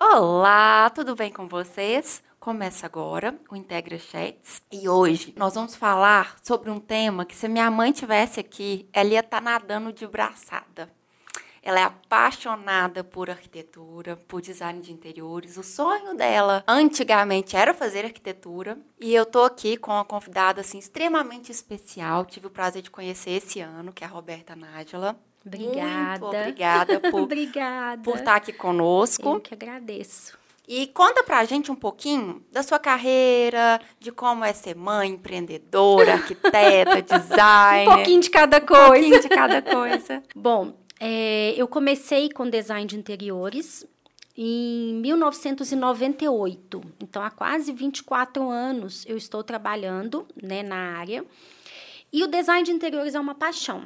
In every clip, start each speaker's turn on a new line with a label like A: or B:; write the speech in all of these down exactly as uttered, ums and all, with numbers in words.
A: Olá, tudo bem com vocês? Começa agora o Integra Chats e hoje nós vamos falar sobre um tema que, se minha mãe tivesse aqui, ela ia estar nadando de braçada. Ela é apaixonada por arquitetura, por design de interiores. O sonho dela antigamente era fazer arquitetura e eu tô aqui com uma convidada assim extremamente especial. Tive o prazer de conhecer esse ano, que é a Roberta Nájila.
B: Obrigada.
A: Muito obrigada por,
B: obrigada.
A: por estar aqui conosco.
B: Eu que agradeço.
A: E conta pra gente um pouquinho da sua carreira, de como é ser mãe, empreendedora, arquiteta, designer.
B: Um pouquinho de cada coisa.
A: Um pouquinho de cada coisa.
B: Bom, é, eu comecei com design de interiores em mil novecentos e noventa e oito. Então, há quase vinte e quatro anos eu estou trabalhando, né, na área. E o design de interiores é uma paixão.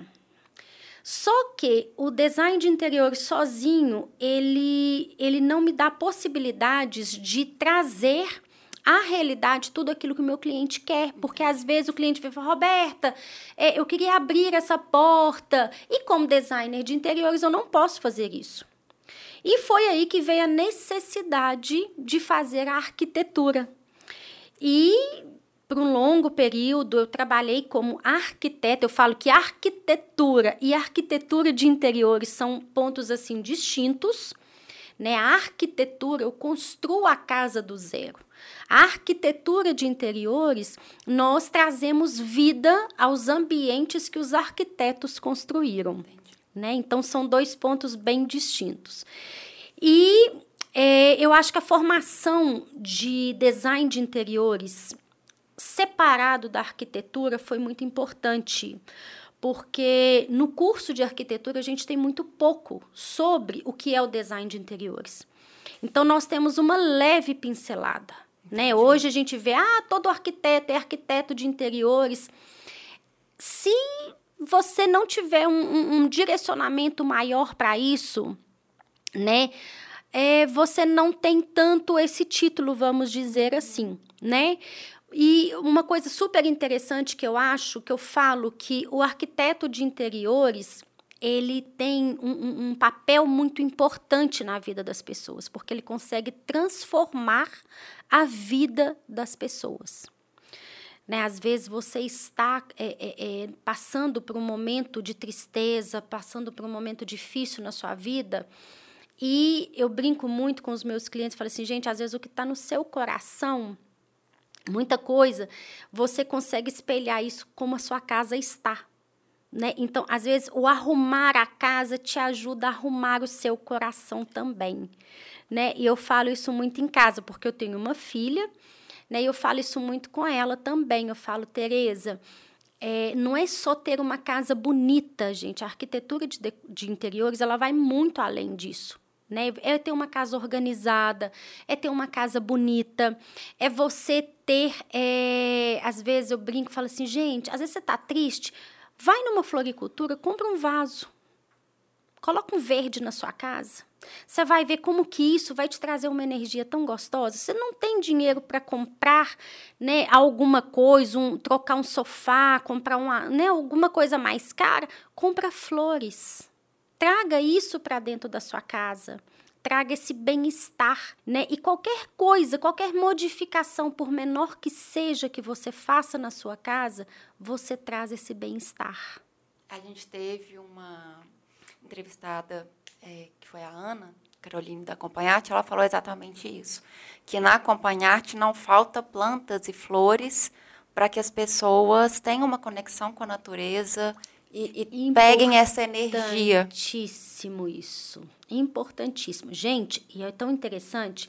B: Só que o design de interiores sozinho, ele, ele não me dá possibilidades de trazer à realidade tudo aquilo que o meu cliente quer. Porque, às vezes, o cliente vai falar, Roberta, é, eu queria abrir essa porta. E, como designer de interiores, eu não posso fazer isso. E foi aí que veio a necessidade de fazer a arquitetura. E, por um longo período, eu trabalhei como arquiteta. Eu falo que arquitetura e arquitetura de interiores são pontos assim distintos, né? A arquitetura, eu construo a casa do zero. A arquitetura de interiores, nós trazemos vida aos ambientes que os arquitetos construíram, né? Então, são dois pontos bem distintos. E é, eu acho que a formação de design de interiores separado da arquitetura foi muito importante, porque no curso de arquitetura a gente tem muito pouco sobre o que é o design de interiores. Então, nós temos uma leve pincelada, né? Hoje a gente vê, ah, todo arquiteto é arquiteto de interiores. Se você não tiver um, um, um direcionamento maior para isso, né, é, você não tem tanto esse título, vamos dizer assim, né? E uma coisa super interessante que eu acho, que eu falo que o arquiteto de interiores, ele tem um, um, um papel muito importante na vida das pessoas, porque ele consegue transformar a vida das pessoas. Né? Às vezes você está é, é, é, passando por um momento de tristeza, passando por um momento difícil na sua vida, e eu brinco muito com os meus clientes, falo assim, gente, às vezes o que está no seu coração, muita coisa, você consegue espelhar isso como a sua casa está, né? Então, às vezes, o arrumar a casa te ajuda a arrumar o seu coração também, né? E eu falo isso muito em casa, porque eu tenho uma filha, né? E eu falo isso muito com ela também. Eu falo, Tereza, é, não é só ter uma casa bonita, gente. A arquitetura de, de interiores, ela vai muito além disso. Né? É ter uma casa organizada, é ter uma casa bonita, é você ter, é, às vezes eu brinco e falo assim, gente, às vezes você está triste, vai numa floricultura, compra um vaso, coloca um verde na sua casa, você vai ver como que isso vai te trazer uma energia tão gostosa. Você não tem dinheiro para comprar, né, alguma coisa, um, trocar um sofá, comprar uma, né, alguma coisa mais cara, compra flores. Traga isso para dentro da sua casa, traga esse bem-estar, né? E qualquer coisa, qualquer modificação, por menor que seja que você faça na sua casa, você traz esse bem-estar.
A: A gente teve uma entrevistada, é, que foi a Ana Caroline da Acompanharte, ela falou exatamente isso, que na Acompanharte não falta plantas e flores para que as pessoas tenham uma conexão com a natureza e, e peguem essa energia.
B: Importantíssimo isso. Importantíssimo. Gente, e é tão interessante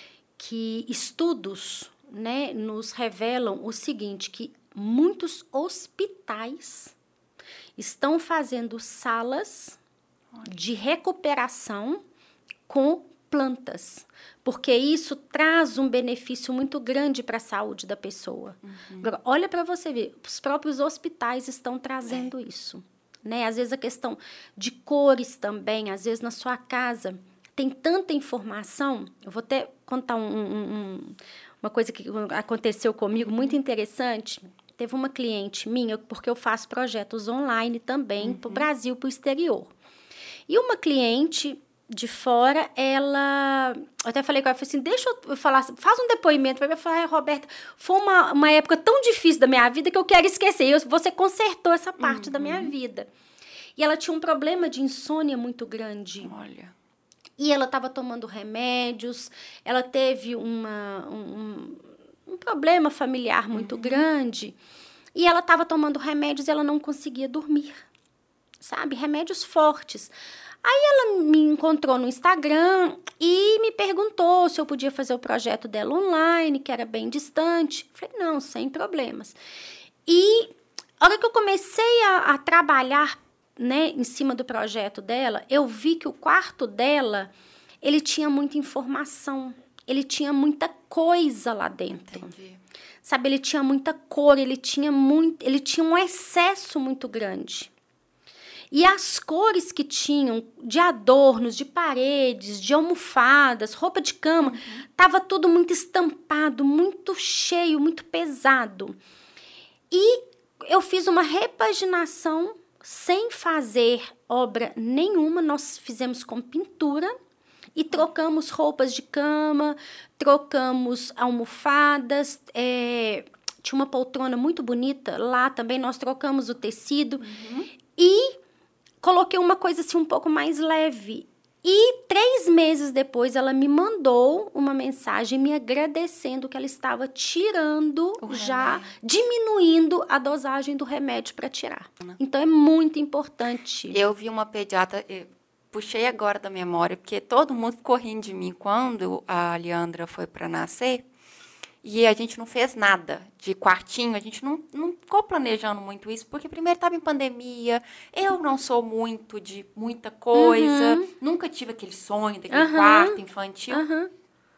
B: que estudos, né, nos revelam o seguinte, que muitos hospitais estão fazendo salas de recuperação com plantas, porque isso traz um benefício muito grande para a saúde da pessoa. Uhum. Agora, olha para você ver, os próprios hospitais estão trazendo é. isso. Né? Às vezes a questão de cores também, às vezes na sua casa tem tanta informação. Eu vou até contar um, um, um, uma coisa que aconteceu comigo muito interessante. Teve uma cliente minha, porque eu faço projetos online também, uhum. para o Brasil, para o exterior. E uma cliente de fora, ela... Eu até falei com ela, falei assim, deixa eu falar, faz um depoimento para mim. Eu falei, ah, Roberta, foi uma, uma época tão difícil da minha vida que eu quero esquecer. Eu, você consertou essa parte uhum. da minha vida. E ela tinha um problema de insônia muito grande.
A: Olha.
B: E ela estava tomando remédios, ela teve uma, um, um problema familiar muito uhum. grande. E ela estava tomando remédios e ela não conseguia dormir. Sabe? Remédios fortes. Aí ela me encontrou no Instagram e me perguntou se eu podia fazer o projeto dela online, que era bem distante. Falei, não, sem problemas. E a hora que eu comecei a, a trabalhar, né, em cima do projeto dela, eu vi que o quarto dela, ele tinha muita informação, ele tinha muita coisa lá dentro.
A: Entendi.
B: Sabe, ele tinha muita cor, ele tinha, muito, ele tinha um excesso muito grande. E as cores que tinham de adornos, de paredes, de almofadas, roupa de cama, estava uhum. tudo muito estampado, muito cheio, muito pesado. E eu fiz uma repaginação sem fazer obra nenhuma, nós fizemos com pintura e trocamos roupas de cama, trocamos almofadas, é, tinha uma poltrona muito bonita, lá também nós trocamos o tecido uhum. e coloquei uma coisa assim um pouco mais leve. E três meses depois ela me mandou uma mensagem me agradecendo que ela estava tirando, o já remédio. Diminuindo a dosagem do remédio para tirar. Uhum. Então é muito importante.
A: Eu vi uma pediatra, puxei agora da memória, porque todo mundo ficou rindo de mim quando a Leandra foi para nascer. E a gente não fez nada de quartinho, a gente não, não ficou planejando muito isso, porque primeiro estava em pandemia, eu não sou muito de muita coisa, uhum. nunca tive aquele sonho daquele uhum. quarto infantil. Uhum.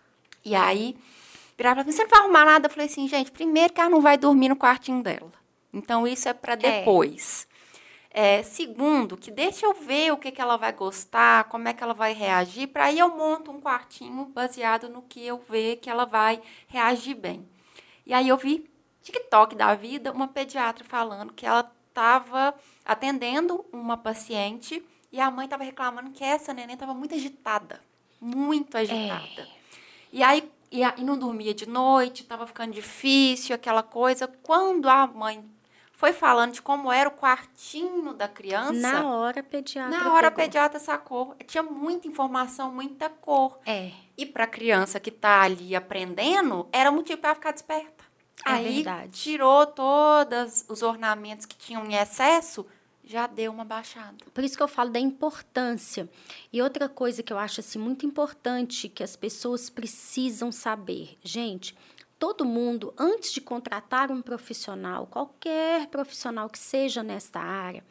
A: E aí, virava pra mim, você não vai arrumar nada? Eu falei assim, gente, primeiro que ela não vai dormir no quartinho dela. Então, isso é para depois. É. É, segundo, que deixa eu ver o que, que ela vai gostar, como é que ela vai reagir, para aí eu monto um quartinho baseado no que eu ver que ela vai reagir bem. E aí eu vi TikTok da vida, uma pediatra falando que ela estava atendendo uma paciente e a mãe estava reclamando que essa neném estava muito agitada, muito agitada. É. E aí e, e não dormia de noite, estava ficando difícil, aquela coisa. Quando a mãe foi falando de como era o quartinho da criança.
B: Na hora a pediatra
A: Na hora
B: pegou.
A: a pediatra sacou. Tinha muita informação, muita cor.
B: É.
A: E para a criança que está ali aprendendo, era motivo para ficar desperta.
B: É
A: Aí
B: verdade.
A: Tirou todos os ornamentos que tinham em excesso, já deu uma baixada.
B: Por isso que eu falo da importância. E outra coisa que eu acho assim, muito importante, que as pessoas precisam saber. Gente, todo mundo, antes de contratar um profissional, qualquer profissional que seja nesta área,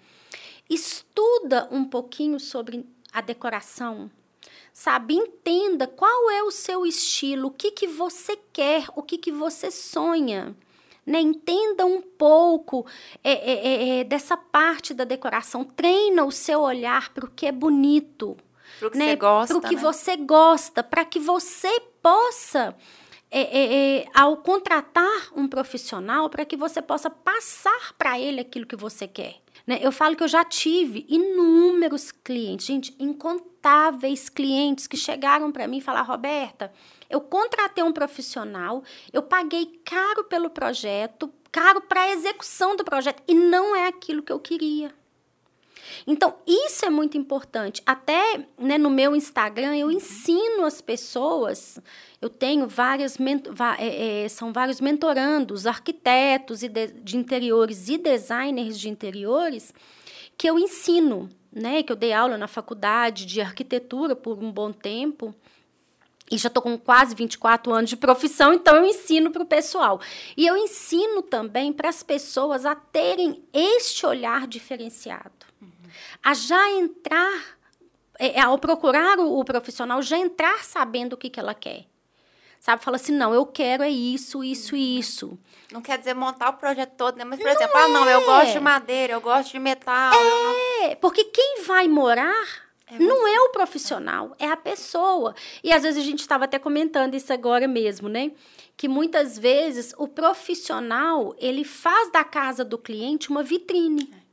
B: estuda um pouquinho sobre a decoração, sabe? Entenda qual é o seu estilo, o que, que você quer, o que, que você sonha. Né? Entenda um pouco é, é, é, dessa parte da decoração, treina o seu olhar para o que é bonito.
A: Para o que
B: né?
A: você gosta,
B: Para o que
A: né?
B: você gosta, para que você possa... É, é, é, ao contratar um profissional, para que você possa passar para ele aquilo que você quer. Né? Eu falo que eu já tive inúmeros clientes, gente, incontáveis clientes que chegaram para mim e falaram, Roberta, eu contratei um profissional, eu paguei caro pelo projeto, caro para a execução do projeto, e não é aquilo que eu queria. Então, isso é muito importante. Até, né, no meu Instagram, eu ensino as pessoas, eu tenho várias, é, é, são vários mentorandos, arquitetos e de, de interiores e designers de interiores, que eu ensino, né, que eu dei aula na faculdade de arquitetura por um bom tempo, e já estou com quase vinte e quatro anos de profissão, então eu ensino para o pessoal. E eu ensino também para as pessoas a terem este olhar diferenciado. Uhum. A já entrar, é, ao procurar o, o profissional, já entrar sabendo o que, que ela quer. Sabe? Fala assim, não, eu quero é isso, isso e isso.
A: Não quer dizer montar o projeto todo, né? Mas, por
B: não
A: exemplo,
B: é.
A: ah, não, eu gosto de madeira, eu gosto de metal.
B: É,
A: não...
B: porque quem vai morar... É não é o profissional, é a pessoa. E às vezes a gente estava até comentando isso agora mesmo, né? Que muitas vezes o profissional, ele faz da casa do cliente uma vitrine.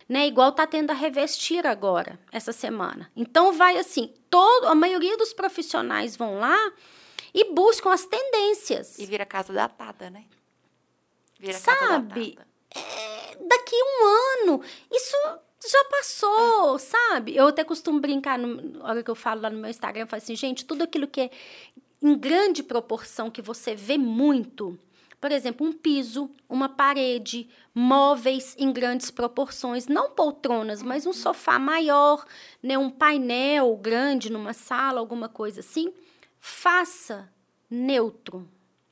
B: Né? Igual tá tendo a Revestir agora, essa semana. Então, vai assim, todo, a maioria dos profissionais vão lá e buscam as tendências.
A: E vira casa datada, né? Vira
B: sabe?
A: Casa datada.
B: É, daqui um ano, isso já passou, é. sabe? Eu até costumo brincar, no, na hora que eu falo lá no meu Instagram, eu falo assim, gente, tudo aquilo que é em grande proporção, que você vê muito, por exemplo, um piso, uma parede, móveis em grandes proporções, não poltronas, mas um sofá maior, né, um painel grande numa sala, alguma coisa assim, faça neutro.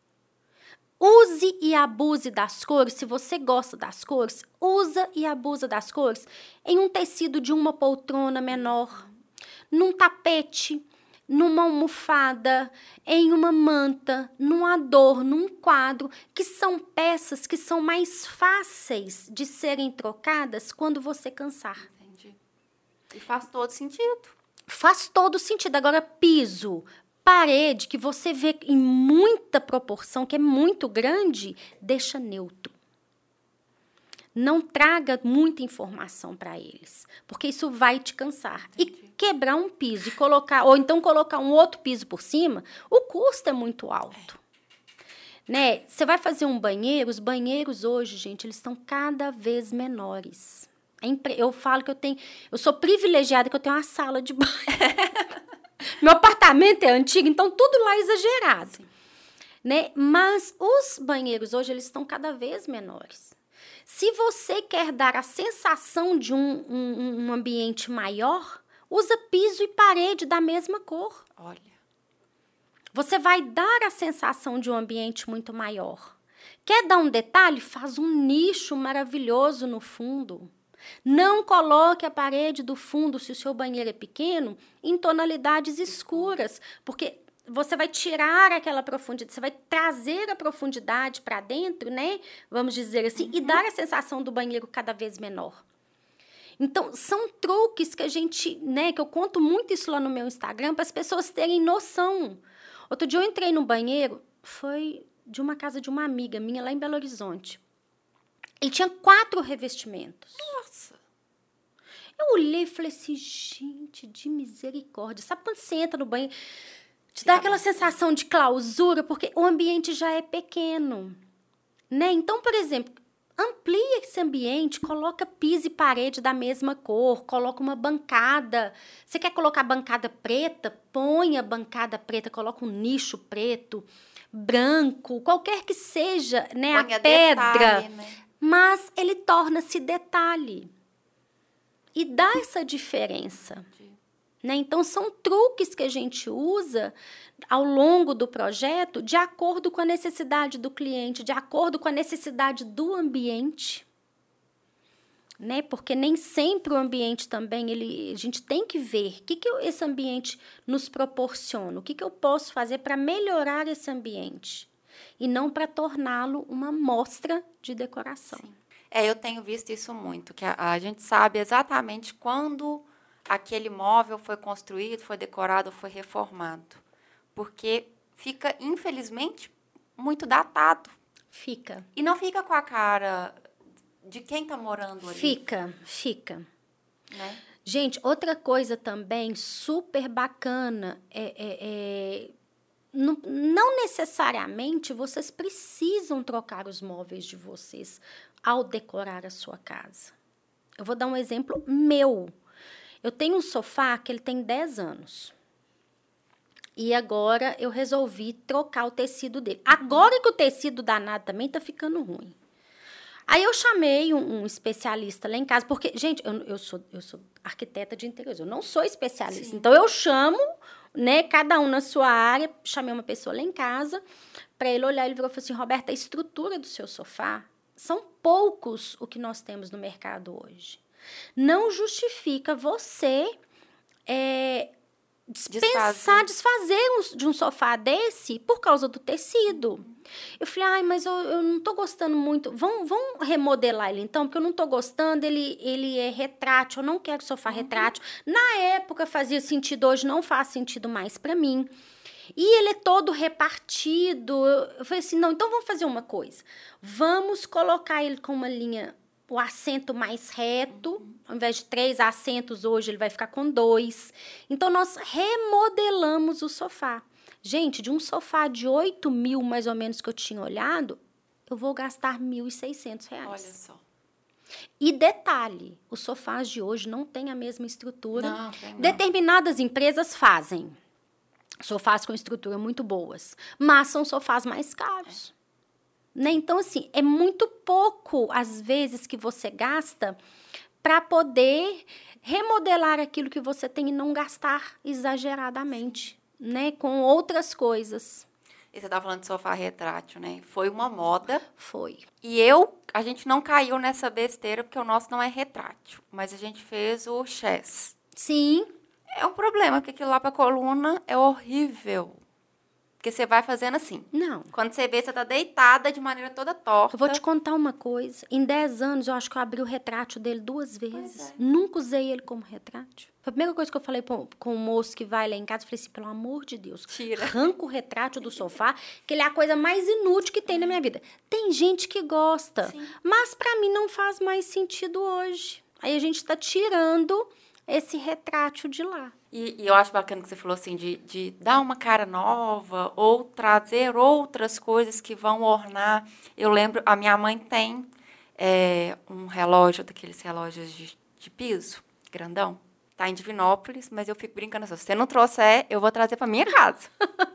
B: Use e abuse das cores, se você gosta das cores, usa e abusa das cores em um tecido de uma poltrona menor, num tapete, numa almofada, em uma manta, num adorno, num quadro, que são peças que são mais fáceis de serem trocadas quando você cansar.
A: Entendi. E faz todo sentido.
B: Faz todo sentido. Agora, piso, parede, que você vê em muita proporção, que é muito grande, deixa neutro. Não traga muita informação para eles, porque isso vai te cansar. Entendi. E quebrar um piso e colocar, ou então colocar um outro piso por cima, o custo é muito alto. É. Né? Você vai fazer um banheiro, os banheiros hoje, gente, eles estão cada vez menores. Eu falo que eu tenho, eu sou privilegiada que eu tenho uma sala de banho. Meu apartamento é antigo, então tudo lá é exagerado. Né? Mas os banheiros hoje, eles estão cada vez menores. Se você quer dar a sensação de um, um, um ambiente maior, usa piso e parede da mesma cor.
A: Olha.
B: Você vai dar a sensação de um ambiente muito maior. Quer dar um detalhe? Faz um nicho maravilhoso no fundo. Não coloque a parede do fundo, se o seu banheiro é pequeno, em tonalidades escuras, porque você vai tirar aquela profundidade, você vai trazer a profundidade para dentro, né? Vamos dizer assim, uhum. e dar a sensação do banheiro cada vez menor. Então, são truques que a gente, né, que eu conto muito isso lá no meu Instagram, para as pessoas terem noção. Outro dia eu entrei no banheiro, foi de uma casa de uma amiga minha lá em Belo Horizonte. Ele tinha quatro revestimentos.
A: Nossa!
B: Eu olhei e falei assim, gente, de misericórdia. Sabe quando você entra no banheiro, te dá aquela sensação de clausura, porque o ambiente já é pequeno, né? Então, por exemplo, amplia esse ambiente, coloca piso e parede da mesma cor, coloca uma bancada. Você quer colocar bancada preta? Põe a bancada preta, coloca um nicho preto, branco, qualquer que seja, né?
A: Põe
B: a pedra.
A: Detalhe, né?
B: Mas ele torna-se detalhe. E dá essa diferença. Né? Então, são truques que a gente usa ao longo do projeto de acordo com a necessidade do cliente, de acordo com a necessidade do ambiente. Né? Porque nem sempre o ambiente também, ele, a gente tem que ver o que, que esse ambiente nos proporciona, o que, que eu posso fazer para melhorar esse ambiente. E não para torná-lo uma mostra de decoração.
A: Sim. É, eu tenho visto isso muito, que a, a gente sabe exatamente quando aquele móvel foi construído, foi decorado, foi reformado. Porque fica, infelizmente, muito datado.
B: Fica.
A: E não fica com a cara de quem está morando ali.
B: Fica, fica.
A: Né?
B: Gente, outra coisa também super bacana é... é, é Não, não necessariamente vocês precisam trocar os móveis de vocês ao decorar a sua casa. Eu vou dar um exemplo meu. Eu tenho um sofá que ele tem dez anos. E agora eu resolvi trocar o tecido dele. Agora que o tecido danado também tá ficando ruim. Aí eu chamei um, um especialista lá em casa, porque, gente, eu, eu, sou, eu sou arquiteta de interiores, eu não sou especialista. Sim. Então, eu chamo, né, cada um na sua área, chamei uma pessoa lá em casa, para ele olhar, ele virou e falou assim, Roberta, a estrutura do seu sofá, são poucos o que nós temos no mercado hoje. Não justifica você é, dispensar, desfazer um, de um sofá desse por causa do tecido. Eu falei, ai, mas eu, eu não tô gostando muito. Vamos, vamos remodelar ele então, porque eu não tô gostando, ele, ele é retrátil, eu não quero sofá uhum. retrátil. Na época fazia sentido, hoje não faz sentido mais para mim. E ele é todo repartido. Eu falei assim, não, então vamos fazer uma coisa. Vamos colocar ele com uma linha o assento mais reto, uhum. Ao invés de três assentos, hoje ele vai ficar com dois. Então, nós remodelamos o sofá. Gente, de um sofá de oito mil, mais ou menos, que eu tinha olhado, eu vou gastar mil e seiscentos reais.
A: Olha só.
B: E detalhe, os sofás de hoje não têm a mesma estrutura.
A: Não, tem não.
B: Determinadas empresas fazem sofás com estrutura muito boas, mas são sofás mais caros. É. Né? Então, assim, é muito pouco, às vezes, que você gasta para poder remodelar aquilo que você tem e não gastar exageradamente, né? Com outras coisas.
A: E você estava falando de sofá retrátil, né? Foi uma moda.
B: Foi.
A: E eu, a gente não caiu nessa besteira, porque o nosso não é retrátil. Mas a gente fez o chess.
B: Sim.
A: É um problema, porque aquilo lá para a coluna é horrível. Porque você vai fazendo assim.
B: Não.
A: Quando você vê, você tá deitada de maneira toda torta.
B: Eu vou te contar uma coisa. Em dez anos, eu acho que eu abri o retrátil dele duas vezes. É. Nunca usei ele como retrátil. Foi a primeira coisa que eu falei com, com o moço que vai lá em casa. Eu falei assim, pelo amor de Deus,
A: tira.
B: Arranca o retrátil do sofá, que ele é a coisa mais inútil que tem na minha vida. Tem gente que gosta, Sim. mas para mim não faz mais sentido hoje. Aí a gente tá tirando esse retrátil de lá.
A: E, e eu acho bacana que você falou assim, de, de dar uma cara nova ou trazer outras coisas que vão ornar. Eu lembro, a minha mãe tem é, um relógio, daqueles relógios de, de piso, grandão. Tá em Divinópolis, mas eu fico brincando assim, se você não trouxer, eu vou trazer pra minha casa.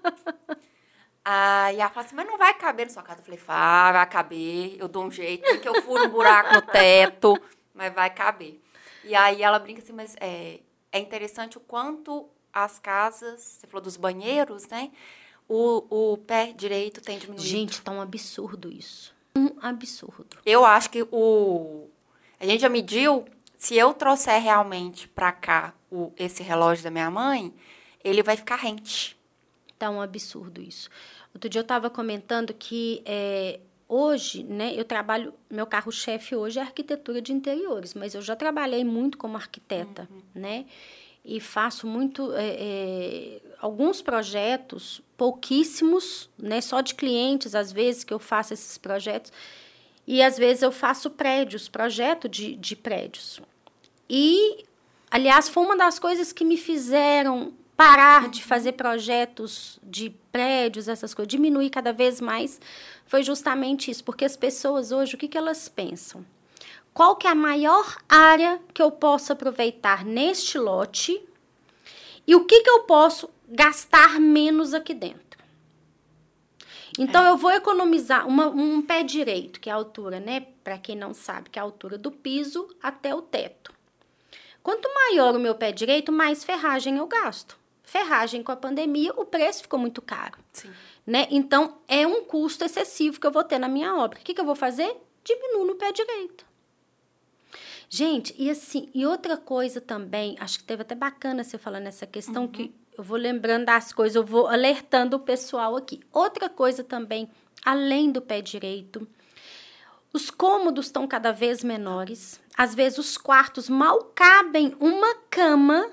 A: Aí ela fala assim, mas não vai caber na sua casa. Eu falei, ah, vai caber, eu dou um jeito, que eu furo um buraco no teto, mas vai caber. E aí ela brinca assim, mas é, é interessante o quanto as casas, você falou dos banheiros, né? O, o pé direito tem diminuído.
B: Gente, tá um absurdo isso. Um absurdo.
A: Eu acho que o... A gente já mediu, se eu trouxer realmente pra cá o, esse relógio da minha mãe, ele vai ficar rente.
B: Tá um absurdo isso. Outro dia eu tava comentando que... É, hoje, né, eu trabalho, meu carro-chefe hoje é arquitetura de interiores, mas eu já trabalhei muito como arquiteta, uhum. né, e faço muito, é, é, alguns projetos, pouquíssimos, né, só de clientes, às vezes, que eu faço esses projetos, e às vezes eu faço prédios, projeto de, de prédios. E, aliás, foi uma das coisas que me fizeram parar uhum. de fazer projetos de prédios, essas coisas, diminuir cada vez mais, foi justamente isso. Porque as pessoas hoje, o que, que elas pensam? Qual que é a maior área que eu posso aproveitar neste lote e o que, que eu posso gastar menos aqui dentro? Então, é. eu vou economizar uma, um pé direito, que é a altura, né? Para quem não sabe, que é a altura do piso até o teto. Quanto maior o meu pé direito, mais ferragem eu gasto. Ferragem com a pandemia, o preço ficou muito caro.
A: Sim.
B: Né? Então, é um custo excessivo que eu vou ter na minha obra. O que, que eu vou fazer? Diminuo no pé direito. Gente, e assim, e outra coisa também, acho que teve até bacana você falando nessa questão, uhum. que eu vou lembrando das coisas, eu vou alertando o pessoal aqui. Outra coisa também, além do pé direito, os cômodos estão cada vez menores. Às vezes, os quartos mal cabem uma cama.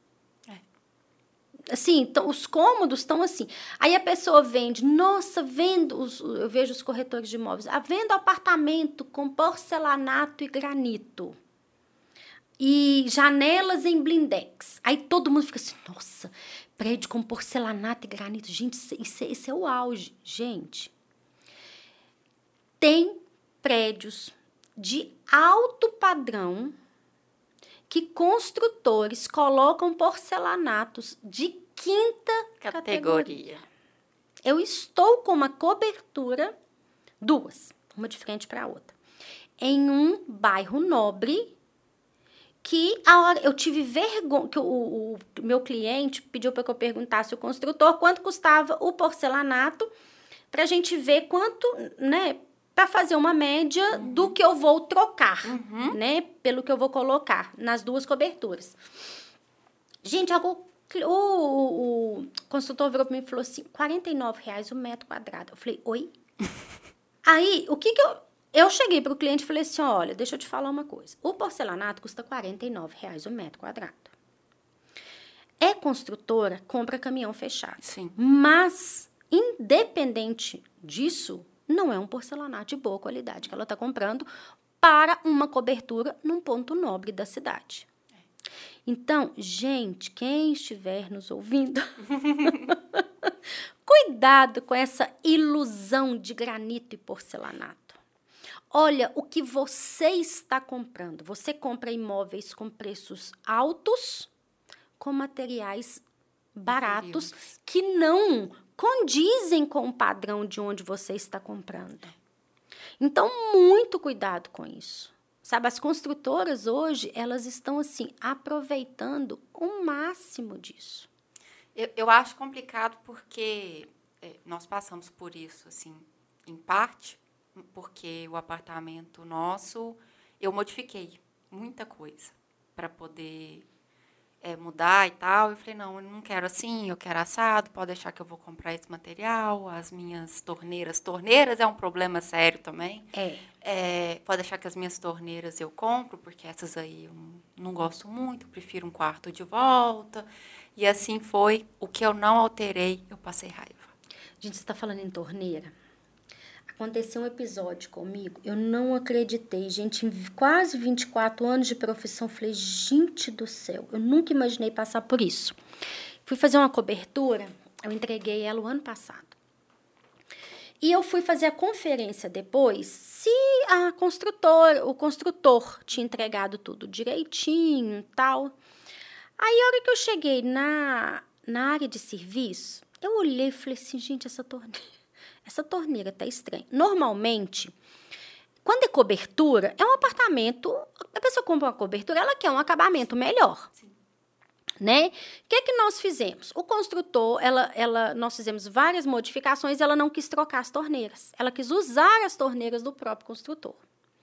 B: Assim, então, os cômodos estão assim. Aí a pessoa vende, nossa, vendo, os, eu vejo os corretores de imóveis, ah, vendo apartamento com porcelanato e granito. E janelas em blindex. Aí todo mundo fica assim, nossa, prédio com porcelanato e granito. Gente, isso, isso, isso é o auge. Gente, tem prédios de alto padrão que construtores colocam porcelanatos de quinta categoria. categoria. Eu estou com uma cobertura, duas, uma de frente para a outra, em um bairro nobre, que a hora eu tive vergonha, que o, o, o meu cliente pediu para que eu perguntasse ao construtor quanto custava o porcelanato, para a gente ver quanto, né, para fazer uma média uhum. do que eu vou trocar, uhum. né? Pelo que eu vou colocar nas duas coberturas. Gente, o, o, o construtor virou para mim e falou assim, quarenta e nove reais o metro quadrado. Eu falei, oi? Aí, o que que eu... Eu cheguei para o cliente e falei assim, olha, deixa eu te falar uma coisa. O porcelanato custa quarenta e nove reais o metro quadrado. É construtora, compra caminhão fechado.
A: Sim.
B: Mas, independente disso... não é um porcelanato de boa qualidade que ela está comprando para uma cobertura num ponto nobre da cidade. Então, gente, quem estiver nos ouvindo, cuidado com essa ilusão de granito e porcelanato. Olha o que você está comprando. Você compra imóveis com preços altos, com materiais baratos, que não condizem com o padrão de onde você está comprando. Então, muito cuidado com isso. Sabe, as construtoras hoje, elas estão, assim, aproveitando o máximo disso.
A: Eu, eu acho complicado porque é, nós passamos por isso, assim, em parte, porque o apartamento nosso, eu modifiquei muita coisa para poder é, mudar e tal. Eu falei, não, eu não quero assim, eu quero assado, pode deixar que eu vou comprar esse material, as minhas torneiras. Torneiras é um problema sério também.
B: É.
A: É, pode deixar que as minhas torneiras eu compro, porque essas aí eu não gosto muito, prefiro um quarto de volta. E assim foi. O que eu não alterei, eu passei raiva.
B: Gente, você está falando em torneira? Aconteceu um episódio comigo, eu não acreditei, gente, em quase vinte e quatro anos de profissão, falei, gente do céu, eu nunca imaginei passar por isso. Fui fazer uma cobertura, eu entreguei ela o ano passado. E eu fui fazer a conferência depois, se a construtora, o construtor tinha entregado tudo direitinho e tal. Aí, a hora que eu cheguei na, na área de serviço, eu olhei e falei assim, gente, essa torneira... Essa torneira tá estranha. Normalmente, quando é cobertura, é um apartamento... A pessoa compra uma cobertura, ela quer um acabamento melhor. Sim. Né? O que que nós fizemos? O construtor, ela, ela, nós fizemos várias modificações, ela não quis trocar as torneiras. Ela quis usar as torneiras do próprio construtor.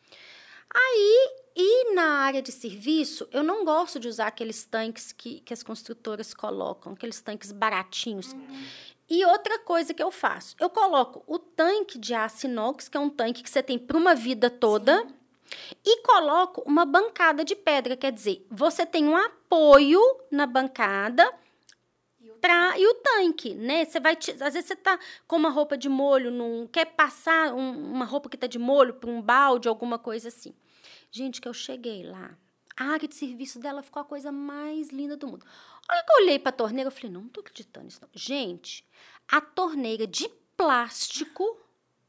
B: Aí, e na área de serviço, eu não gosto de usar aqueles tanques que, que as construtoras colocam, aqueles tanques baratinhos. Uhum. E outra coisa que eu faço, eu coloco o tanque de aço inox, que é um tanque que você tem para uma vida toda, sim, e coloco uma bancada de pedra, quer dizer, você tem um apoio na bancada e o, pra, e o tanque, né? Você vai, às vezes você tá com uma roupa de molho, num, quer passar um, uma roupa que tá de molho para um balde, alguma coisa assim. Gente, que eu cheguei lá, a área de serviço dela ficou a coisa mais linda do mundo. Olha que eu olhei para a torneira, eu falei, não, não tô acreditando nisso não. Gente, a torneira de plástico,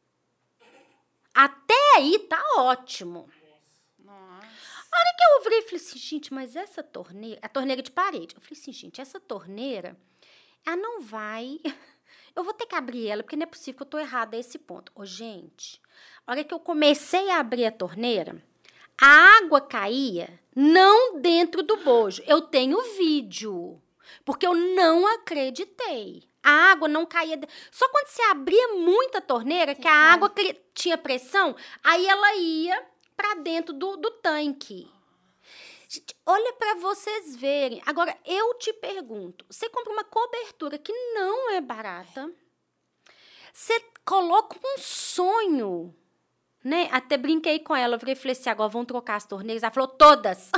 B: até aí tá ótimo. Nossa. A hora que eu virei, eu falei assim, gente, mas essa torneira, a torneira de parede, eu falei assim, gente, essa torneira, ela não vai, eu vou ter que abrir ela, porque não é possível que eu tô errada a esse ponto. Ô, gente, a hora que eu comecei a abrir a torneira, a água caía não dentro do bojo. Eu tenho vídeo, porque eu não acreditei. A água não caía... De... Só quando você abria muita torneira, que a água tinha pressão, aí ela ia para dentro do, do tanque. Gente, olha para vocês verem. Agora, eu te pergunto, você compra uma cobertura que não é barata, você coloca um sonho... Né? Até brinquei com ela, eu falei assim, agora vão trocar as torneiras. Ela falou, todas.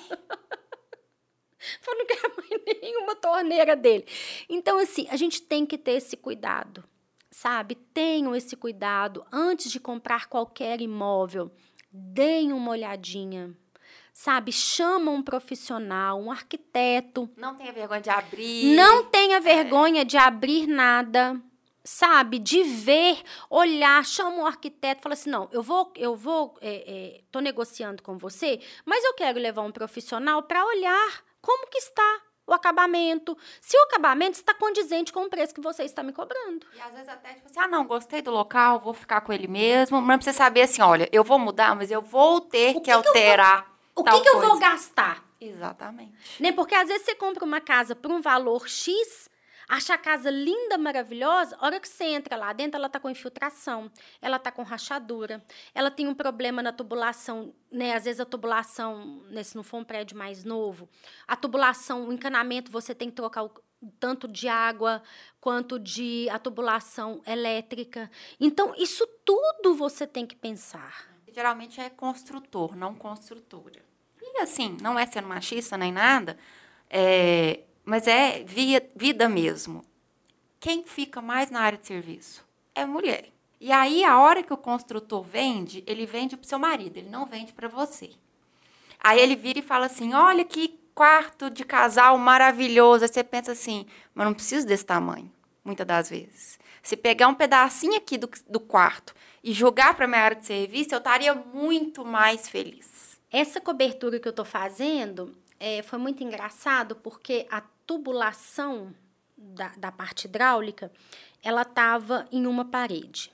B: Eu não quero mais nenhuma torneira dele. Então, assim, a gente tem que ter esse cuidado, sabe? Tenham esse cuidado. Antes de comprar qualquer imóvel, deem uma olhadinha, sabe? Chama um profissional, um arquiteto.
A: Não tenha vergonha de abrir.
B: Não tenha vergonha é. de abrir nada. Sabe, de ver, olhar, chama um arquiteto, fala assim, não, eu vou, eu vou, é, é, tô negociando com você, mas eu quero levar um profissional para olhar como que está o acabamento, se o acabamento está condizente com o preço que você está me cobrando.
A: E às vezes até, tipo assim, ah, não, gostei do local, vou ficar com ele mesmo, mas pra você saber assim, olha, eu vou mudar, mas eu vou ter que, que alterar
B: O que, que eu vou gastar?
A: Exatamente.
B: Né? Porque às vezes você compra uma casa por um valor X, acha a casa linda, maravilhosa, a hora que você entra lá dentro, ela tá com infiltração, ela tá com rachadura, ela tem um problema na tubulação, né? Às vezes a tubulação, né, se não for um prédio mais novo, a tubulação, o encanamento, você tem que trocar o, tanto de água quanto de a tubulação elétrica. Então, isso tudo você tem que pensar.
A: Geralmente é construtor, não construtora. E assim, não é sendo machista nem nada, é... mas é via, vida mesmo. Quem fica mais na área de serviço é mulher. E aí, a hora que o construtor vende, ele vende pro seu marido, ele não vende para você. Aí ele vira e fala assim, olha que quarto de casal maravilhoso. Aí você pensa assim, mas não preciso desse tamanho, muitas das vezes. Se pegar um pedacinho aqui do, do quarto e jogar para minha área de serviço, eu estaria muito mais feliz.
B: Essa cobertura que eu estou fazendo é, foi muito engraçado, porque a tubulação da, da parte hidráulica, ela estava em uma parede.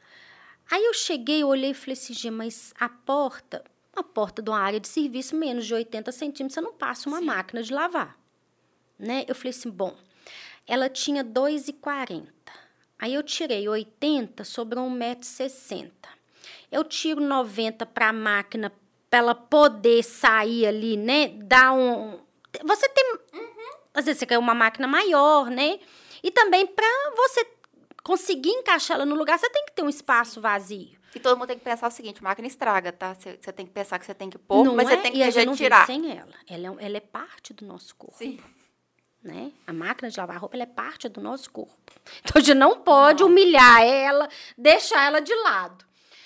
B: Aí eu cheguei, olhei e falei assim, mas a porta, a porta de uma área de serviço, menos de oitenta centímetros, você não passa uma Sim. máquina de lavar. Né? Eu falei assim, bom, ela tinha dois e quarenta. Aí eu tirei oitenta, sobrou um metro e sessenta. Eu tiro noventa para a máquina, para ela poder sair ali, né? Dar um... Você tem... Uhum. Às vezes você quer uma máquina maior, né? E também para você conseguir encaixar ela no lugar, você tem que ter um espaço Sim. vazio.
A: E todo mundo tem que pensar o seguinte, máquina estraga, tá? Você, você tem que pensar que você tem que pôr,
B: não
A: mas
B: é?
A: você tem que
B: e a gente não
A: tirar.
B: Vive sem ela. Ela é, ela é parte do nosso corpo.
A: Sim.
B: Né? A máquina de lavar roupa, ela é parte do nosso corpo. Então, a gente não pode não. humilhar ela, deixar ela de lado.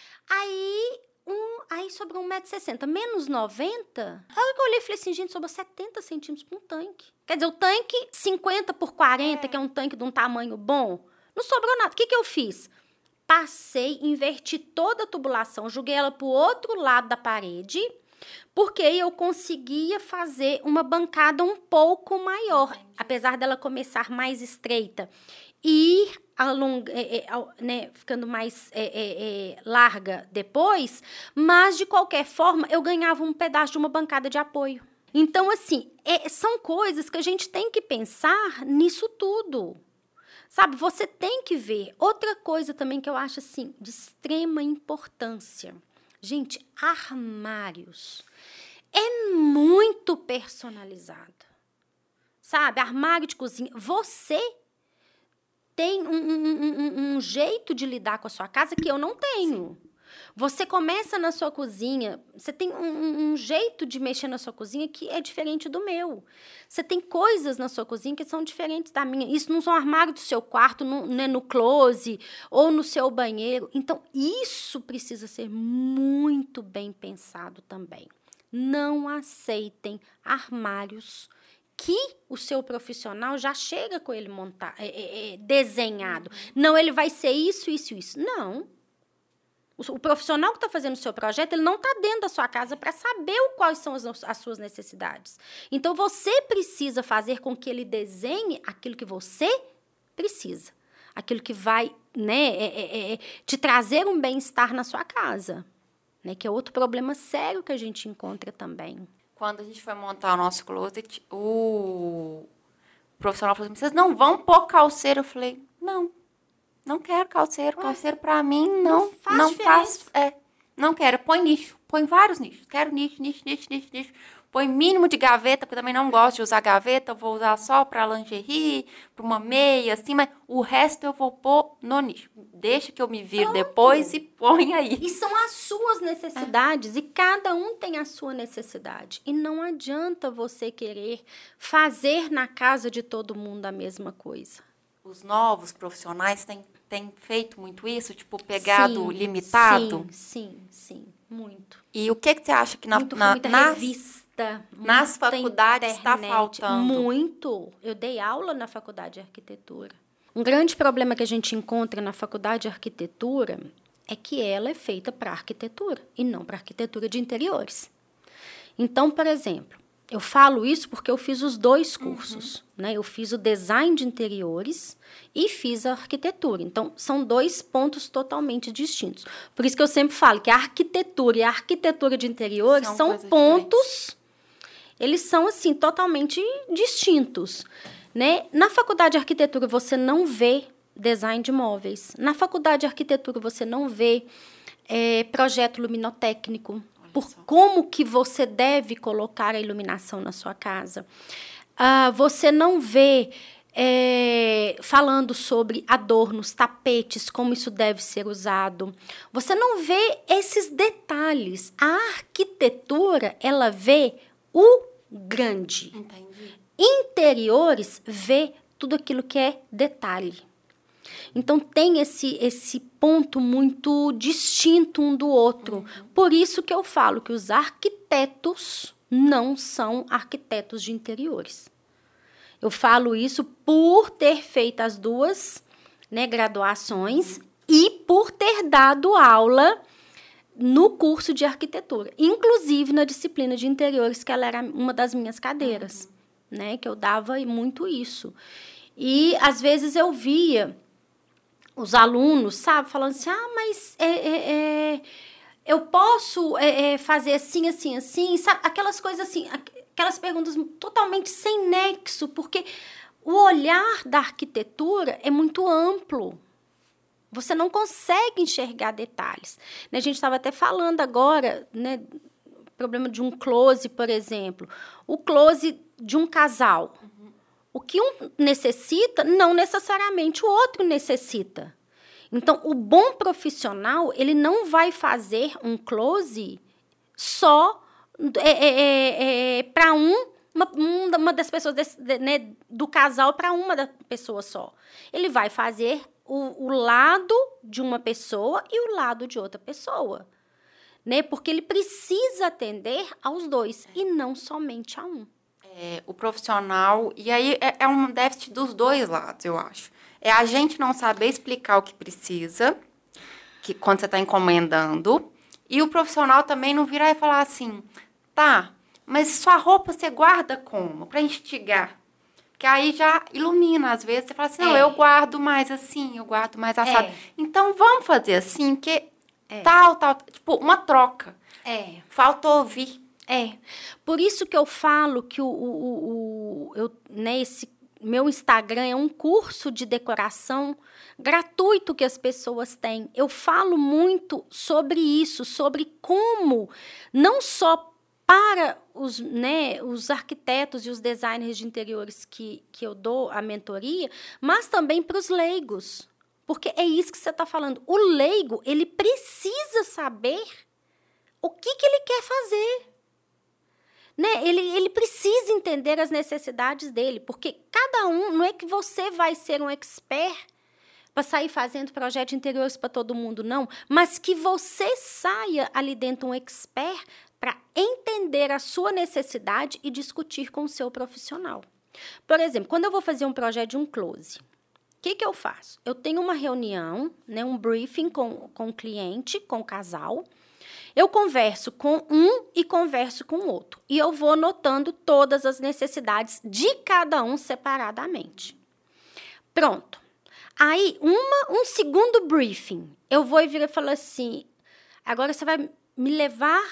B: Aí, um, aí sobrou um metro e sessenta, menos noventa. Aí eu olhei e falei assim, gente, sobrou setenta centímetros para um tanque. Quer dizer, o tanque cinquenta por quarenta, é. que é um tanque de um tamanho bom, não sobrou nada. O que, que eu fiz? Passei, inverti toda a tubulação, joguei ela para o outro lado da parede, porque eu conseguia fazer uma bancada um pouco maior, Entendi. apesar dela começar mais estreita e ir along, é, é, né, ficando mais é, é, é, larga depois, mas, de qualquer forma, eu ganhava um pedaço de uma bancada de apoio. Então, assim, é, são coisas que a gente tem que pensar nisso tudo. Sabe, você tem que ver. Outra coisa também que eu acho, assim, de extrema importância. Gente, armários. É muito personalizado. Sabe, armário de cozinha. Você tem um, um, um, um jeito de lidar com a sua casa que eu não tenho. Você começa na sua cozinha, você tem um, um jeito de mexer na sua cozinha que é diferente do meu. Você tem coisas na sua cozinha que são diferentes da minha. Isso não são armários do seu quarto, no, né, no closet ou no seu banheiro. Então, isso precisa ser muito bem pensado também. Não aceitem armários que o seu profissional já chega com ele montado, é, é, é, desenhado. Não, ele vai ser isso, isso, isso. Não. O profissional que está fazendo o seu projeto, ele não está dentro da sua casa para saber quais são as, as suas necessidades. Então, você precisa fazer com que ele desenhe aquilo que você precisa. Aquilo que vai, né, é, é, é, te trazer um bem-estar na sua casa. Né, que é outro problema sério que a gente encontra também.
A: Quando a gente foi montar o nosso closet, o profissional falou assim, vocês não vão pôr calceiro? Eu falei, não. Não quero calceiro. Ué, calceiro, pra mim, não, não faz. Não faz é, não quero. Põe nicho. Põe vários nichos. Quero nicho, nicho, nicho, nicho, nicho. Põe mínimo de gaveta, porque eu também não gosto de usar gaveta. Eu vou usar só pra lingerie, pra uma meia, assim. Mas o resto eu vou pôr no nicho. Deixa que eu me vire Pronto. depois e põe aí.
B: E são as suas necessidades. É. E cada um tem a sua necessidade. E não adianta você querer fazer na casa de todo mundo a mesma coisa.
A: Os novos profissionais têm, têm feito muito isso, tipo, pegado sim, limitado?
B: Sim, sim, sim, muito.
A: E o que, que você acha que na,
B: muito,
A: na,
B: muita
A: nas,
B: revista,
A: nas faculdades está faltando?
B: Muito. Eu dei aula na faculdade de arquitetura. Um grande problema que a gente encontra na faculdade de arquitetura é que ela é feita para arquitetura e não para arquitetura de interiores. Então, por exemplo, eu falo isso porque eu fiz os dois cursos, uhum. né? Eu fiz o design de interiores e fiz a arquitetura. Então, são dois pontos totalmente distintos. Por isso que eu sempre falo que a arquitetura e a arquitetura de interiores são, são pontos, diferentes. Eles são, assim, totalmente distintos, né? Na faculdade de arquitetura, você não vê design de móveis. Na faculdade de arquitetura, você não vê é, projeto luminotécnico. Por como que você deve colocar a iluminação na sua casa. Ah, você não vê é, falando sobre adornos, tapetes, como isso deve ser usado. Você não vê esses detalhes. A arquitetura, ela vê o grande.
A: Entendi.
B: Interiores vê tudo aquilo que é detalhe. Então, tem esse, esse ponto muito distinto um do outro. Uhum. Por isso que eu falo que os arquitetos não são arquitetos de interiores. Eu falo isso por ter feito as duas, né, graduações e por ter dado aula no curso de arquitetura, inclusive na disciplina de interiores, que ela era uma das minhas cadeiras, uhum. né, que eu dava muito isso. E, às vezes, eu via os alunos, sabe, falando assim, ah, mas é, é, é, eu posso é, é, fazer assim, assim, assim, sabe? Aquelas coisas assim, aquelas perguntas totalmente sem nexo, porque o olhar da arquitetura é muito amplo. Você não consegue enxergar detalhes. A gente estava até falando agora, né, problema de um close, por exemplo. O close de um casal. Uhum. O que um necessita, não necessariamente o outro necessita. Então, o bom profissional, ele não vai fazer um close só é, é, é, é, para um, uma, uma das pessoas desse, né, do casal para uma da pessoa só. Ele vai fazer o, o lado de uma pessoa e o lado de outra pessoa. Né? Porque ele precisa atender aos dois e não somente a um.
A: É, o profissional, e aí é, é um déficit dos dois lados, eu acho. É a gente não saber explicar o que precisa, que quando você está encomendando, e o profissional também não virar e falar assim, tá, mas sua roupa você guarda como? Para instigar. Porque aí já ilumina, às vezes, você fala assim, não, é. eu guardo mais assim, eu guardo mais assado. É. Então, vamos fazer assim, porque é. tal, tal, tipo, uma troca.
B: É.
A: Falta ouvir.
B: É, por isso que eu falo que o, o, o, o, eu, né, esse meu Instagram é um curso de decoração gratuito que as pessoas têm. Eu falo muito sobre isso, sobre como, não só para os, né, os arquitetos e os designers de interiores que, que eu dou a mentoria, mas também para os leigos. Porque é isso que você está falando. O leigo, ele precisa saber o que, que ele quer fazer. Né? Ele, ele precisa entender as necessidades dele, porque cada um, não é que você vai ser um expert para sair fazendo projeto de interiores para todo mundo, não, mas que você saia ali dentro um expert para entender a sua necessidade e discutir com o seu profissional. Por exemplo, quando eu vou fazer um projeto de um close, o que, que eu faço? Eu tenho uma reunião, né, um briefing com, com o cliente, com o casal. Eu converso com um e converso com o outro. E eu vou anotando todas as necessidades de cada um separadamente. Pronto. Aí, uma, um segundo briefing. Eu vou vir e falar assim, agora você vai me levar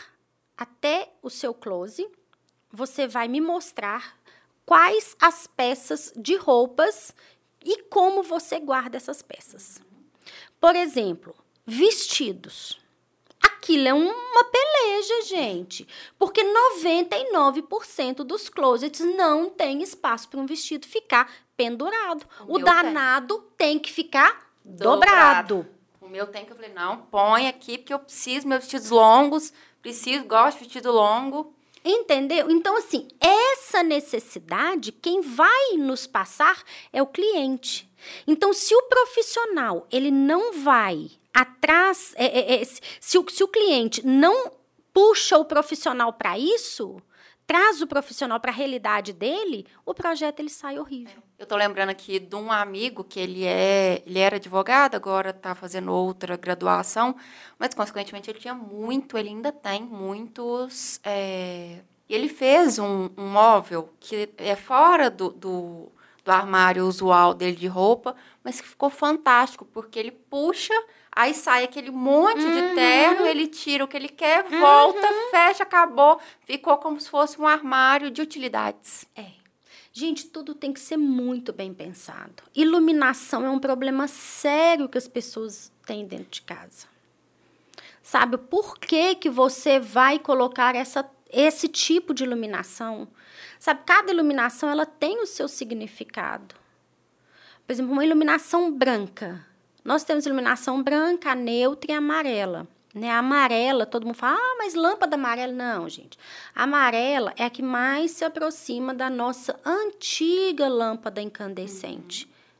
B: até o seu close. Você vai me mostrar quais as peças de roupas e como você guarda essas peças. Por exemplo, vestidos. Aquilo é uma peleja, gente, porque noventa e nove por cento dos closets não tem espaço para um vestido ficar pendurado. O, o danado tem. tem que ficar dobrado. dobrado.
A: O meu tem que eu falei, não, põe aqui, porque eu preciso, meus vestidos longos, preciso, gosto de vestido longo.
B: Entendeu? Então, assim, essa necessidade, quem vai nos passar é o cliente. Então, se o profissional, ele não vai atrás, é, é, é, se, o, se o cliente não puxa o profissional para isso, traz o profissional para a realidade dele, o projeto ele sai horrível.
A: Eu tô lembrando aqui de um amigo que ele, é, ele era advogado, agora está fazendo outra graduação, mas, consequentemente, ele tinha muito, ele ainda tem muitos... É, e ele fez um, um móvel que é fora do... do do armário usual dele de roupa, mas que ficou fantástico, porque ele puxa, aí sai aquele monte uhum. de terno, ele tira o que ele quer, volta, uhum. fecha, acabou, ficou como se fosse um armário de utilidades.
B: É. Gente, tudo tem que ser muito bem pensado. Iluminação é um problema sério que as pessoas têm dentro de casa. Sabe, por que que você vai colocar essa, esse tipo de iluminação? Sabe, cada iluminação ela tem o seu significado. Por exemplo, uma iluminação branca. Nós temos iluminação branca, neutra e amarela. Né? A amarela, todo mundo fala, ah, mas lâmpada amarela. Não, gente. A amarela é a que mais se aproxima da nossa antiga lâmpada incandescente. Uhum.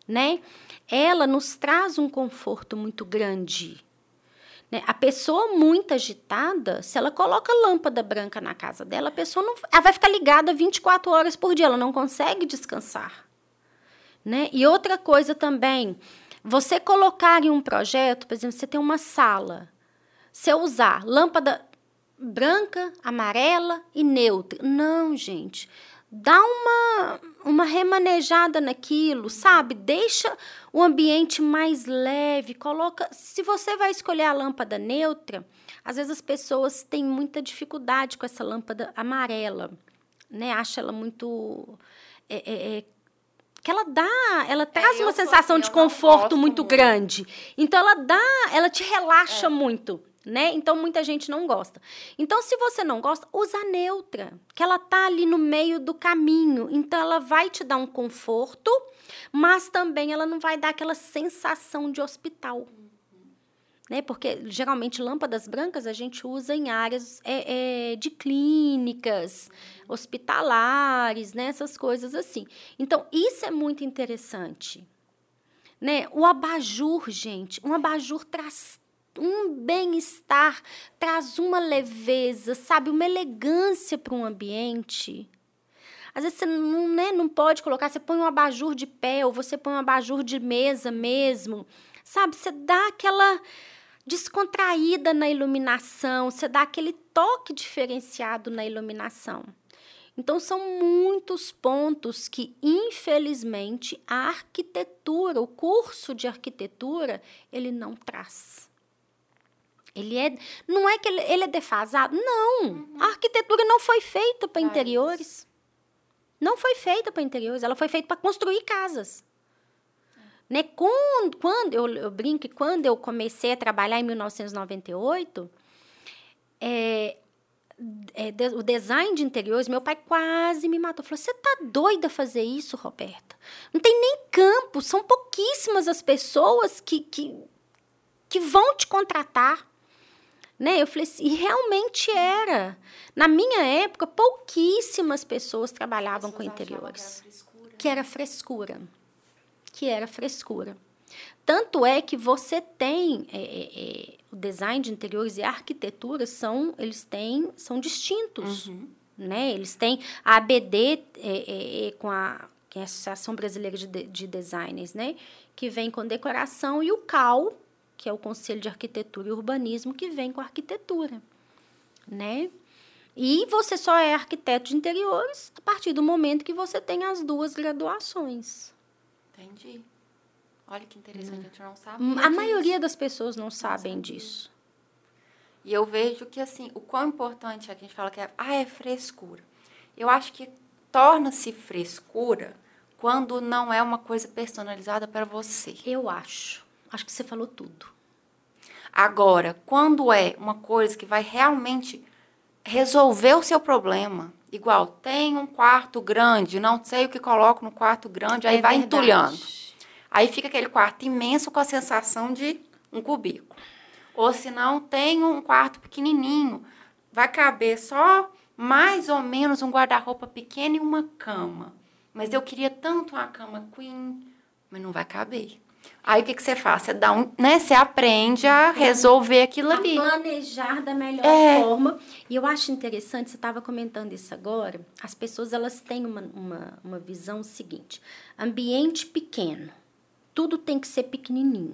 B: né? Ela nos traz um conforto muito grande. Né? A pessoa muito agitada, se ela coloca lâmpada branca na casa dela, a pessoa não, ela vai ficar ligada vinte e quatro horas por dia, ela não consegue descansar. Né? E outra coisa também, você colocar em um projeto, por exemplo, você tem uma sala, você usar lâmpada branca, amarela e neutra. Não, gente. Dá uma, uma remanejada naquilo, sabe? Deixa o ambiente mais leve. Coloca. Se você vai escolher a lâmpada neutra, às vezes as pessoas têm muita dificuldade com essa lâmpada amarela, né? Acha ela muito. É, é, é, que ela dá, ela traz é, uma sensação assim, de conforto muito, muito grande. Então ela dá, ela te relaxa é. muito. Né? Então, muita gente não gosta. Então, se você não gosta, usa a neutra, que ela tá ali no meio do caminho. Então, ela vai te dar um conforto, mas também ela não vai dar aquela sensação de hospital. Uhum. Né? Porque, geralmente, lâmpadas brancas a gente usa em áreas é, é, de clínicas, uhum. hospitalares, né? Essas coisas assim. Então, isso é muito interessante. Né? O abajur, gente, um abajur traz um bem-estar, traz uma leveza, sabe? Uma elegância para um ambiente. Às vezes você não, né, não pode colocar, você põe um abajur de pé ou você põe um abajur de mesa mesmo, sabe? Você dá aquela descontraída na iluminação, você dá aquele toque diferenciado na iluminação. Então, são muitos pontos que, infelizmente, a arquitetura, o curso de arquitetura, ele não traz. Ele é, não é que ele, ele é defasado, não. Uhum. A arquitetura não foi feita para interiores. Não foi feita para interiores, ela foi feita para construir casas. Uhum. Né? Quando, quando eu, eu brinco que quando eu comecei a trabalhar em mil novecentos e noventa e oito, é, é, de, o design de interiores, meu pai quase me matou. Falou, você tá doida a fazer isso, Roberta? Não tem nem campo, são pouquíssimas as pessoas que, que, que vão te contratar. Né? Eu falei assim, e realmente era. Na minha época, pouquíssimas pessoas trabalhavam pessoas com interiores. Que era frescura. Que era frescura. Tanto é que você tem... É, é, o design de interiores e a arquitetura são, eles têm, são distintos. Uhum. Né? Eles têm a A B D é, é, com a, que é a Associação Brasileira de, de Designers, né? Que vem com decoração, e o C A U, que é o Conselho de Arquitetura e Urbanismo, que vem com arquitetura, né? E você só é arquiteto de interiores a partir do momento que você tem as duas graduações.
A: Entendi. Olha que interessante, hum. a gente não sabe.
B: A disso. maioria das pessoas não, não sabem sabia. disso.
A: E eu vejo que, assim, o quão importante é que a gente fala que é, ah, é frescura. Eu acho que torna-se frescura quando não é uma coisa personalizada para você.
B: Eu acho. Acho que você falou tudo.
A: Agora, quando é uma coisa que vai realmente resolver o seu problema, igual, tem um quarto grande, não sei o que coloco no quarto grande, aí é vai verdade. entulhando. Aí fica aquele quarto imenso com a sensação de um cubículo. Ou se não, tem um quarto pequenininho, vai caber só mais ou menos um guarda-roupa pequeno e uma cama. Mas eu queria tanto uma cama queen, mas não vai caber. Aí, o que, que você faz? Você, dá um, né? você aprende a resolver aquilo
B: a
A: ali.
B: Planejar da melhor é. forma. E eu acho interessante, você estava comentando isso agora, as pessoas elas têm uma, uma, uma visão seguinte. Ambiente pequeno. Tudo tem que ser pequenininho.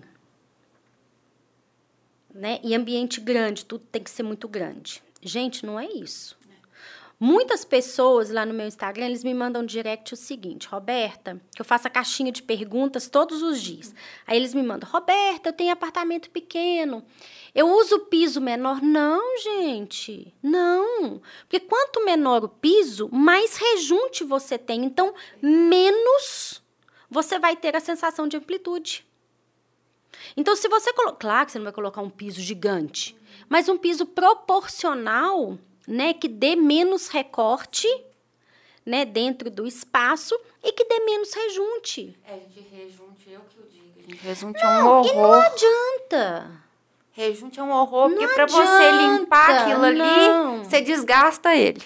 B: Né? E ambiente grande, tudo tem que ser muito grande. Gente, não é isso. Muitas pessoas lá no meu Instagram, eles me mandam direct o seguinte, Roberta, que eu faço a caixinha de perguntas todos os dias. Aí eles me mandam, Roberta, eu tenho apartamento pequeno, eu uso piso menor. Não, gente, não. Porque quanto menor o piso, mais rejunte você tem. Então, menos você vai ter a sensação de amplitude. Então, se você colocar... Claro que você não vai colocar um piso gigante, mas um piso proporcional... Né, que dê menos recorte, né, dentro do espaço e que dê menos rejunte.
A: É, de rejunte, eu que eu digo. Gente, rejunte não, é um horror.
B: E não adianta.
A: Rejunte é um horror, não porque para você limpar aquilo ali, não. você desgasta ele.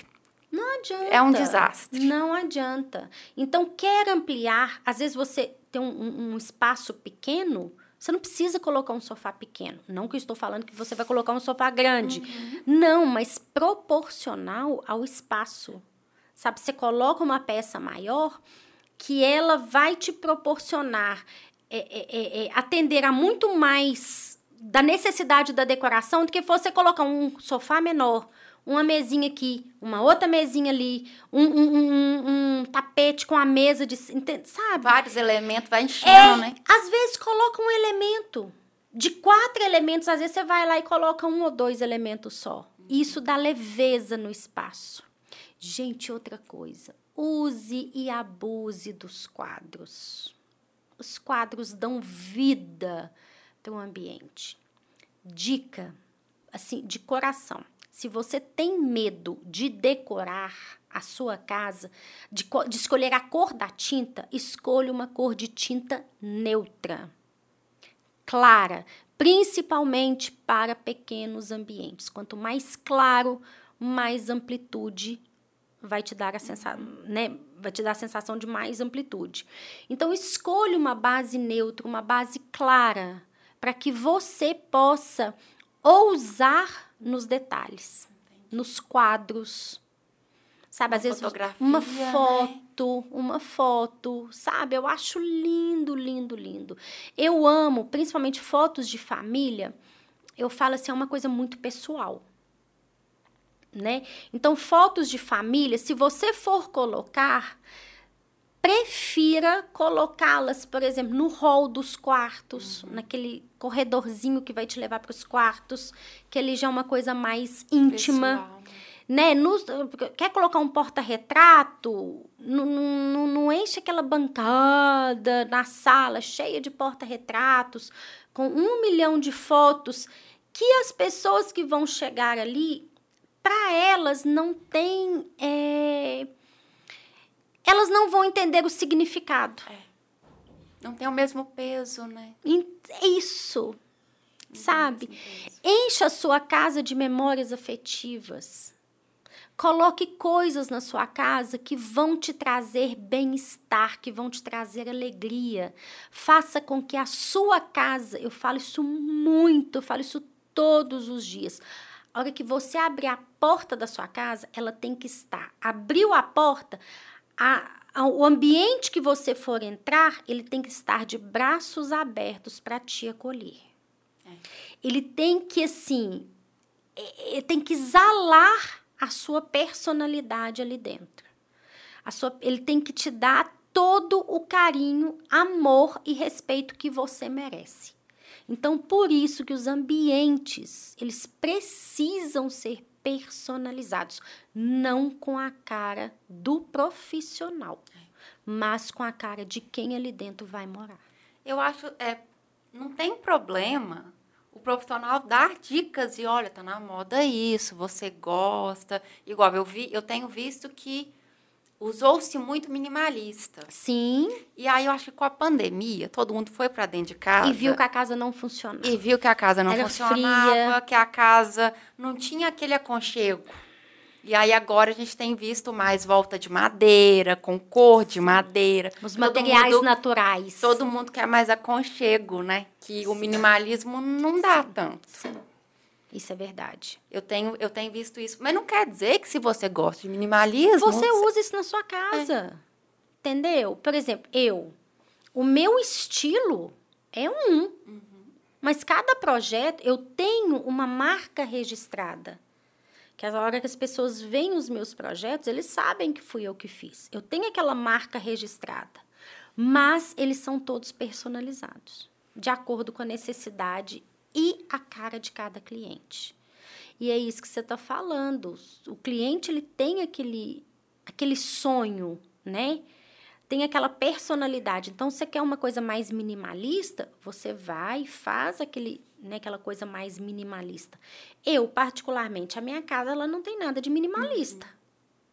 B: Não adianta.
A: É um desastre.
B: Não adianta. Então, quer ampliar, às vezes você tem um, um espaço pequeno, você não precisa colocar um sofá pequeno. Não que eu estou falando que você vai colocar um sofá grande. Uhum. Não, mas proporcional ao espaço. Sabe, você coloca uma peça maior que ela vai te proporcionar é, é, é, atender a muito mais da necessidade da decoração do que você colocar um sofá menor, uma mesinha aqui, uma outra mesinha ali, um, um, um, um tapete com a mesa de... Sabe?
A: Vários elementos, vai enchendo,
B: é,
A: né?
B: Às vezes coloca um elemento. De quatro elementos, às vezes você vai lá e coloca um ou dois elementos só. Isso dá leveza no espaço. Gente, outra coisa. Use e abuse dos quadros. Os quadros dão vida para o ambiente. Dica, assim, de coração. Se você tem medo de decorar a sua casa, de, de escolher a cor da tinta, escolha uma cor de tinta neutra, clara, principalmente para pequenos ambientes. Quanto mais claro, mais amplitude vai te dar a sensação, né? Vai te dar a sensação de mais amplitude. Então, escolha uma base neutra, uma base clara, para que você possa ousar nos detalhes, entendi, nos quadros, sabe?
A: Uma
B: às vezes
A: fotografia,
B: uma foto,
A: né?
B: uma foto, sabe? Eu acho lindo, lindo, lindo. Eu amo, principalmente fotos de família. Eu falo assim, é uma coisa muito pessoal, né? Então, fotos de família, se você for colocar, prefira colocá-las, por exemplo, no hall dos quartos, uhum, naquele corredorzinho que vai te levar para os quartos, que ali já é uma coisa mais íntima. Pessoal, né? No, quer colocar um porta-retrato? Não, não, não enche aquela bancada na sala cheia de porta-retratos, com um milhão de fotos, que as pessoas que vão chegar ali, para elas não tem... É, elas não vão entender o significado. É.
A: Não tem o mesmo peso, né?
B: Isso, não sabe? Encha a sua casa de memórias afetivas. Coloque coisas na sua casa que vão te trazer bem-estar, que vão te trazer alegria. Faça com que a sua casa, eu falo isso muito, eu falo isso todos os dias. A hora que você abrir a porta da sua casa, ela tem que estar. Abriu a porta... A, a, o ambiente que você for entrar, ele tem que estar de braços abertos para te acolher. É. Ele tem que, assim, é, tem que exalar a sua personalidade ali dentro. A sua, ele tem que te dar todo o carinho, amor e respeito que você merece. Então, por isso que os ambientes, eles precisam ser personalizados, não com a cara do profissional, mas com a cara de quem ali dentro vai morar.
A: Eu acho, é, não tem problema o profissional dar dicas e, olha, tá na moda isso, você gosta. Igual eu vi, eu tenho visto que usou-se muito minimalista.
B: Sim.
A: E aí eu acho que com a pandemia, todo mundo foi para dentro de casa.
B: E viu que a casa não funcionava.
A: E viu que a casa não
B: Era
A: funcionava,
B: fria.
A: Que a casa não tinha aquele aconchego. E aí agora a gente tem visto mais volta de madeira, com cor de madeira.
B: Os materiais mundo, naturais.
A: Todo mundo quer mais aconchego, né? Que Sim. o minimalismo não dá Sim. tanto.
B: Sim. Isso é verdade.
A: Eu tenho, eu tenho visto isso. Mas não quer dizer que se você gosta de minimalismo...
B: Você usa isso na sua casa. É. Entendeu? Por exemplo, eu. O meu estilo é um. Uhum. Mas cada projeto, eu tenho uma marca registrada. Que a hora que as pessoas veem os meus projetos, eles sabem que fui eu que fiz. Eu tenho aquela marca registrada. Mas eles são todos personalizados. De acordo com a necessidade e a cara de cada cliente. E é isso que você está falando. O cliente, ele tem aquele, aquele sonho, né? Tem aquela personalidade. Então, você quer uma coisa mais minimalista, você vai e faz aquele, né, aquela coisa mais minimalista. Eu, particularmente, a minha casa, ela não tem nada de minimalista. Uhum.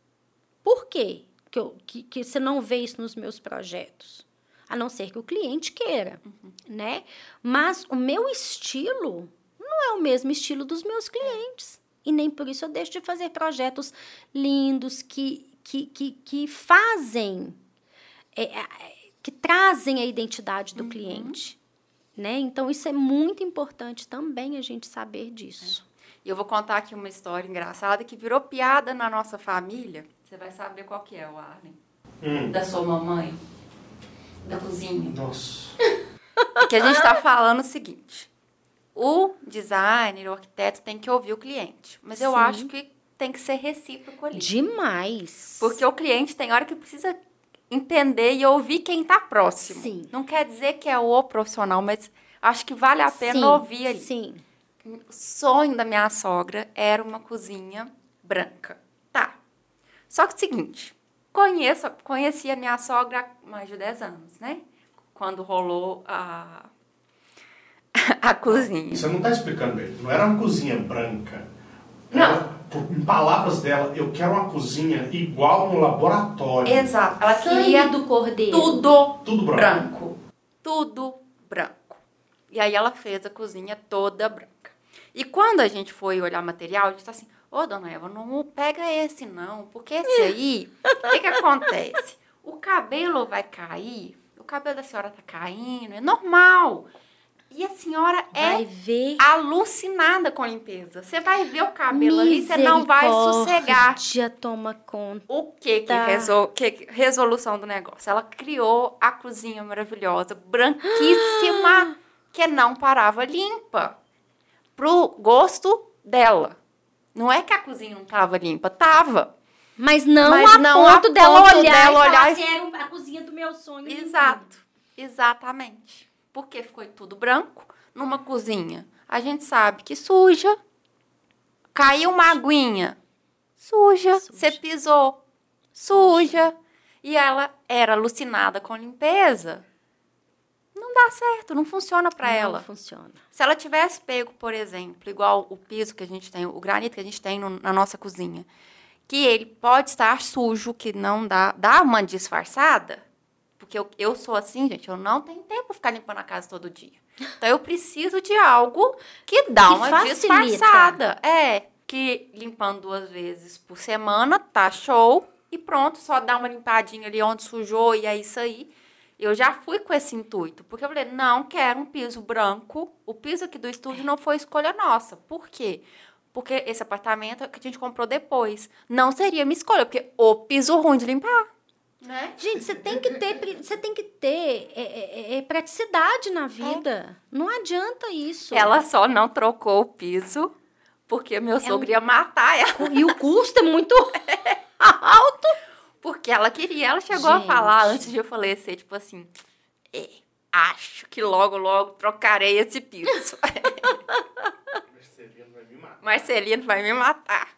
B: Por quê? Que, eu, que, que você não vê isso nos meus projetos? A não ser que o cliente queira, uhum. né? Mas o meu estilo não é o mesmo estilo dos meus clientes. E nem por isso eu deixo de fazer projetos lindos que, que, que, que fazem, é, que trazem a identidade do uhum. cliente. Né? Então, isso é muito importante também a gente saber disso.
A: E eu vou contar aqui uma história engraçada que virou piada na nossa família. Você vai saber qual que é, o Arlen. Hum. Da sua mamãe. Da cozinha.
C: Nossa.
A: Que a gente está falando o seguinte. O designer, o arquiteto tem que ouvir o cliente. Mas eu Sim. acho que tem que ser recíproco ali.
B: Demais.
A: Porque o cliente tem hora que precisa entender e ouvir quem está próximo.
B: Sim.
A: Não quer dizer que é o profissional, mas acho que vale a pena
B: sim,
A: ouvir ali.
B: Sim.
A: O sonho da minha sogra era uma cozinha branca. Tá. Só que é o seguinte, conheço, conheci a minha sogra há mais de dez anos, né? Quando rolou a, a cozinha.
C: Você não está explicando bem. Não era uma cozinha branca.
A: Não.
C: Ela, em palavras dela, eu quero uma cozinha igual no laboratório.
A: Exato. Ela
B: Sangue
A: queria
B: do cordeiro.
A: tudo,
C: tudo branco.
A: branco. Tudo branco. E aí ela fez a cozinha toda branca. E quando a gente foi olhar material, a gente tá assim, ô, dona Eva, não pega esse não, porque esse aí, o que que acontece? O cabelo vai cair, o cabelo da senhora tá caindo, é normal. E a senhora
B: vai
A: é
B: ver...
A: alucinada com limpeza. Você vai ver o cabelo ali, você não vai sossegar.
B: Toma conta.
A: O que que, resol... que resolução do negócio? Ela criou a cozinha maravilhosa, branquíssima, que não parava limpa. Pro gosto dela. Não é que a cozinha não tava limpa, tava.
B: Mas não
A: Mas
B: a
A: não
B: ponto
A: a
B: dela
A: ponto
B: olhar
A: dela
B: e falar
A: olhar
B: assim, era a cozinha do meu sonho.
A: Exato, exatamente. Porque ficou tudo branco numa cozinha. A gente sabe que suja, caiu uma aguinha, suja, suja. Você pisou, suja. E ela era alucinada com limpeza. Não dá certo, não funciona para ela.
B: Não funciona.
A: Se ela tivesse pego, por exemplo, igual o piso que a gente tem, o granito que a gente tem no, na nossa cozinha, que ele pode estar sujo, que não dá, dá uma disfarçada, porque eu, eu sou assim, gente, eu não tenho tempo para ficar limpando a casa todo dia. Então, eu preciso de algo que dá
B: que
A: uma
B: facilita.
A: disfarçada. É, que limpando duas vezes por semana, tá show, e pronto, só dá uma limpadinha ali onde sujou e é isso aí. Eu já fui com esse intuito, porque eu falei, não quero um piso branco. O piso aqui do estúdio não foi escolha nossa. Por quê? Porque esse apartamento é que a gente comprou depois. Não seria minha escolha, porque o piso ruim de limpar. Né?
B: Gente, você tem que ter, você tem que ter é, é, é, praticidade na vida. É. Não adianta isso.
A: Ela só não trocou o piso, porque meu sogro ia matar ela.
B: E o custo é muito alto.
A: Porque ela queria, ela chegou Gente. a falar antes de eu falecer, tipo assim, é, acho que logo, logo trocarei esse piso.
C: Marcelino vai me matar.
A: Marcelino vai me matar.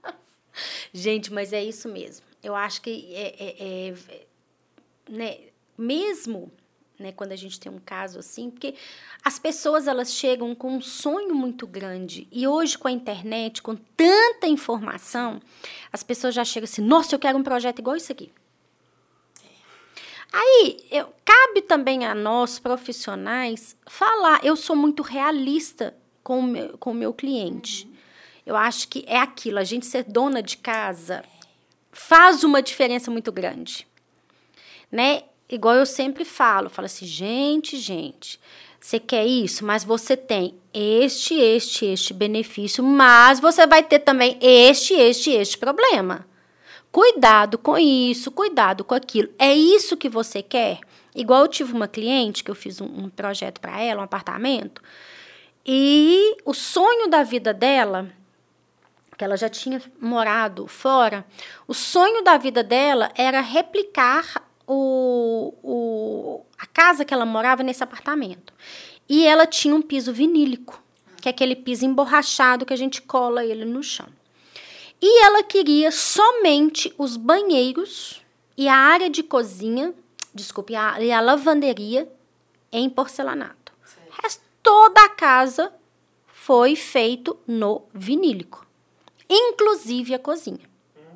B: Gente, mas é isso mesmo. Eu acho que, é, é, é, né, mesmo né, quando a gente tem um caso assim, porque as pessoas elas chegam com um sonho muito grande e hoje com a internet, com tanta informação, as pessoas já chegam assim, nossa, eu quero um projeto igual isso aqui. Aí, eu, cabe também a nós, profissionais, falar, eu sou muito realista com o meu, com o meu cliente. Uhum. Eu acho que é aquilo, a gente ser dona de casa faz uma diferença muito grande, né? Igual eu sempre falo, falo assim, gente, gente, você quer isso, mas você tem este, este, este benefício, mas você vai ter também este, este, este problema. Cuidado com isso, cuidado com aquilo. É isso que você quer? Igual eu tive uma cliente que eu fiz um, um projeto para ela, um apartamento, e o sonho da vida dela, que ela já tinha morado fora, o sonho da vida dela era replicar O, o, a casa que ela morava nesse apartamento. E ela tinha um piso vinílico, que é aquele piso emborrachado que a gente cola ele no chão. E ela queria somente os banheiros e a área de cozinha, desculpe, a, e a lavanderia em porcelanato. O resto, toda a casa foi feito no vinílico, inclusive a cozinha.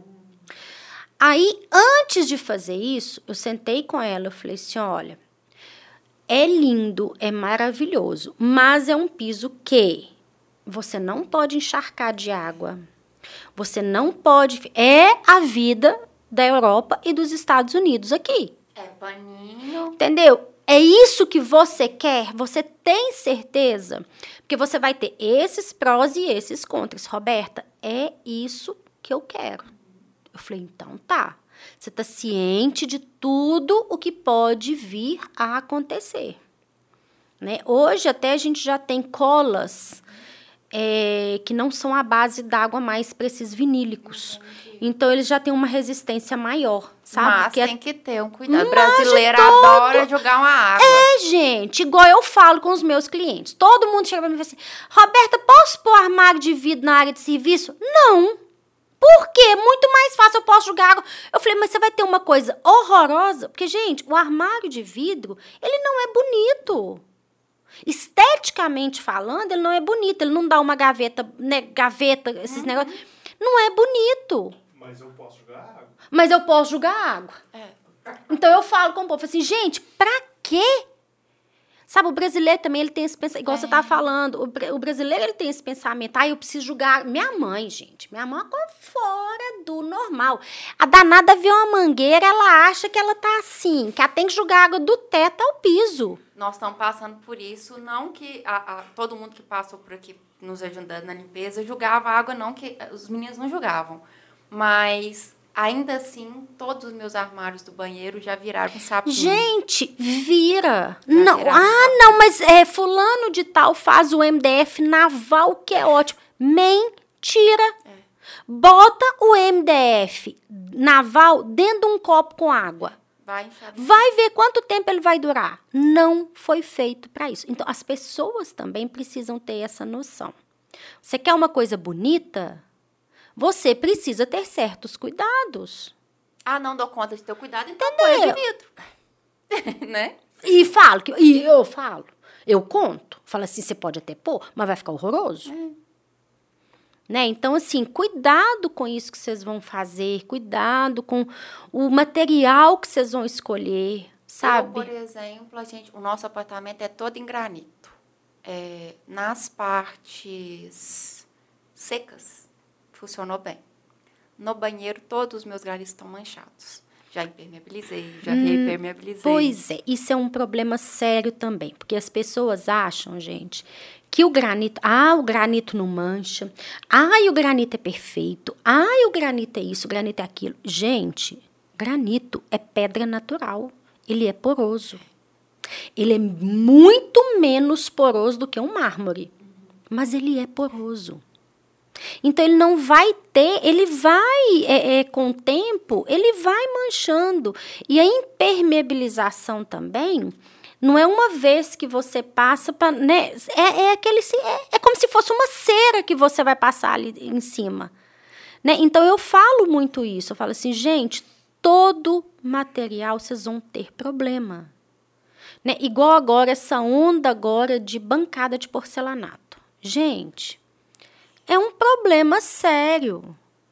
B: Aí, antes de fazer isso, eu sentei com ela, eu falei assim, olha, é lindo, é maravilhoso, mas é um piso que Você não pode encharcar de água. Você não pode... É a vida da Europa e dos Estados Unidos aqui.
A: É paninho.
B: Entendeu? É isso que você quer? Você tem certeza? Porque você vai ter esses prós e esses contras. Roberta, é isso que eu quero. Eu falei, então tá. Você está ciente de tudo o que pode vir a acontecer. Né? Hoje até a gente já tem colas é, que não são à base d'água mais para esses vinílicos. Então, eles já têm uma resistência maior, sabe?
A: Mas
B: Porque
A: tem que ter um cuidado. O brasileiro adora jogar uma água.
B: É, gente, igual eu falo com os meus clientes. Todo mundo chega pra mim e fala assim, Roberta, posso pôr armário de vidro na área de serviço? Não. Por quê? Muito mais fácil, eu posso jogar água. Eu falei, mas você vai ter uma coisa horrorosa. Porque, gente, o armário de vidro, ele não é bonito. Esteticamente falando, ele não é bonito. Ele não dá uma gaveta, né, gaveta, esses uhum. negócios. Não é bonito.
C: Mas eu posso jogar água.
B: Mas eu posso jogar água. É. Então, eu falo com o povo assim, gente, pra quê? Sabe, o brasileiro também, ele tem esse pensamento, igual é. você tava falando, o, o brasileiro, ele tem esse pensamento, ah, eu preciso jogar... Minha mãe, gente, minha mãe é fora do normal. A danada vê uma mangueira, ela acha que ela tá assim, que ela tem que jogar água do teto ao piso.
A: Nós estamos passando por isso, não que a, a, todo mundo que passou por aqui nos ajudando na limpeza julgava a água, não que os meninos não julgavam, mas... Ainda assim, todos os meus armários do banheiro já viraram um sapinho.
B: Gente, vira. Não, ah, não, mas é, fulano de tal faz o M D F naval, que é ótimo. Mentira. É. Bota o M D F naval dentro de um copo com água.
A: Vai,
B: vai ver quanto tempo ele vai durar. Não foi feito para isso. Então, as pessoas também precisam ter essa noção. Você quer uma coisa bonita? Você precisa ter certos cuidados.
A: Ah, não dou conta de ter cuidado, então põe de vidro. Né?
B: E falo, que, e eu falo, eu conto. Falo assim, você pode até pôr, mas vai ficar horroroso. É. Né? Então, assim, cuidado com isso que vocês vão fazer, cuidado com o material que vocês vão escolher, sabe?
A: Eu, por exemplo, a gente, o nosso apartamento é todo em granito. É, nas partes secas, funcionou bem. No banheiro, todos os meus granitos estão manchados. Já impermeabilizei, já hum, reimpermeabilizei.
B: Pois é, isso é um problema sério também, porque as pessoas acham, gente, que o granito, ah, o granito não mancha, ah, o granito é perfeito, ah, o granito é isso, o granito é aquilo. Gente, granito é pedra natural, ele é poroso. Ele é muito menos poroso do que um mármore, mas ele é poroso. Então, ele não vai ter, ele vai, é, é, com o tempo, ele vai manchando. E a impermeabilização também, não é uma vez que você passa, pra, né, é, é, aquele, é, é como se fosse uma cera que você vai passar ali em cima. Né? Então, eu falo muito isso, eu falo assim, gente, todo material vocês vão ter problema. Né? Igual agora, essa onda agora de bancada de porcelanato. Gente... É um problema sério.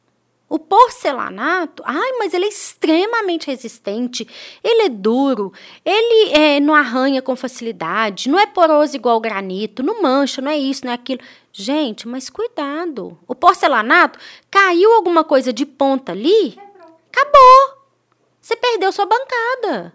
B: O porcelanato, ai, mas ele é extremamente resistente, ele é duro, ele é, não arranha com facilidade, não é poroso igual o granito, não mancha, não é isso, não é aquilo. Gente, mas cuidado. O porcelanato, caiu alguma coisa de ponta ali, acabou. Você perdeu sua bancada.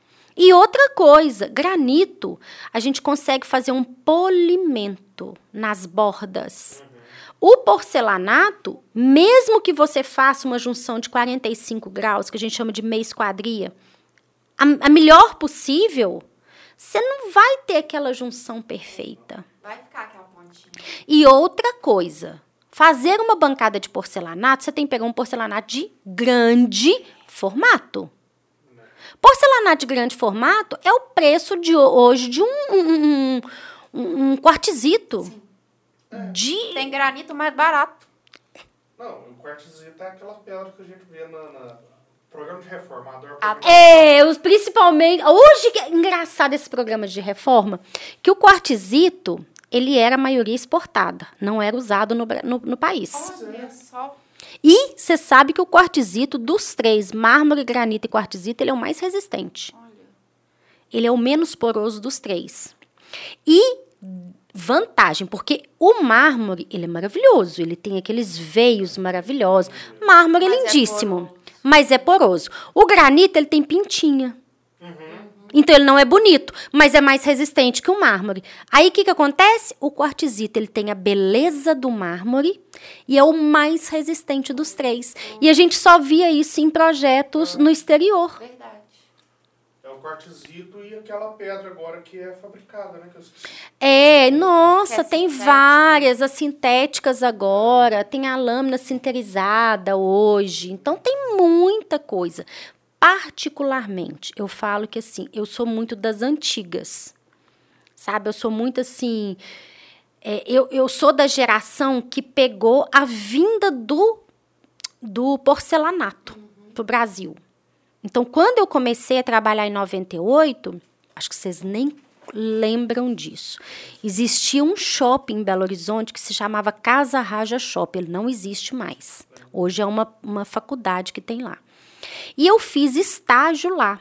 B: E outra coisa, granito, a gente consegue fazer um polimento nas bordas. O porcelanato, mesmo que você faça uma junção de quarenta e cinco graus, que a gente chama de meia esquadria, a, a melhor possível, você não vai ter aquela junção perfeita.
A: Vai ficar aquela pontinha.
B: E outra coisa, fazer uma bancada de porcelanato, você tem que pegar um porcelanato de grande formato. Porcelanato de grande formato é o preço de hoje de um, um, um, um, um quartzito. Sim. De...
A: Tem granito mais barato.
C: Não, o quartzito é aquela pedra que a gente vê na, na programa de reformador.
B: Ah, é, os, principalmente... Hoje, que é engraçado esse programa de reforma, que o quartzito, ele era a maioria exportada, não era usado no, no, no país.
A: Olha só.
B: E você sabe que o quartzito, dos três, mármore, granito e quartzito, ele é o mais resistente.
A: Olha.
B: Ele é o menos poroso dos três. E... vantagem, porque o mármore, ele é maravilhoso, ele tem aqueles veios maravilhosos. Mármore é
A: Mas é
B: lindíssimo,
A: poroso.
B: mas é poroso. O granito, ele tem pintinha. Então, ele não é bonito, mas é mais resistente que o mármore. Aí, o que, que acontece? O quartzito, ele tem a beleza do mármore e é o mais resistente dos três. E a gente só via isso em projetos no exterior.
A: Verdade.
C: É o quartzito e aquela pedra agora que é fabricada, né? Que eu esqueci.
B: É, nossa,
A: Que é
B: tem
A: sintética.
B: várias, as sintéticas agora, tem a lâmina sinterizada hoje. Então, tem muita coisa. Particularmente, eu falo que assim, eu sou muito das antigas, sabe? Eu sou muito assim, é, eu, eu sou da geração que pegou a vinda do, do porcelanato pro Brasil. Então, quando eu comecei a trabalhar em noventa e oito, acho que vocês nem lembram disso. Existia um shopping em Belo Horizonte que se chamava Casa Raja Shopping, ele não existe mais. Hoje é uma, uma faculdade que tem lá. E eu fiz estágio lá.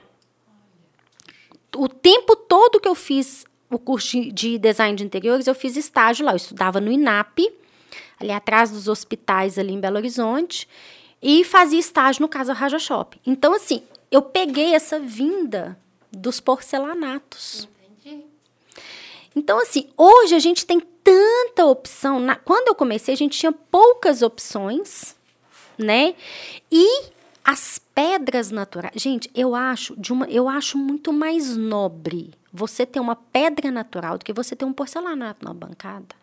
B: O tempo todo que eu fiz o curso de, de design de interiores, eu fiz estágio lá. Eu estudava no INAP, ali atrás dos hospitais ali em Belo Horizonte, e fazia estágio no Casa Raja Shopping. Então, assim, eu peguei essa vinda dos porcelanatos.
A: Entendi.
B: Então, assim, hoje a gente tem tanta opção. Na, quando eu comecei, a gente tinha poucas opções, né? E as pedras naturais, gente, eu acho, de uma, eu acho muito mais nobre você ter uma pedra natural do que você ter um porcelanato na bancada.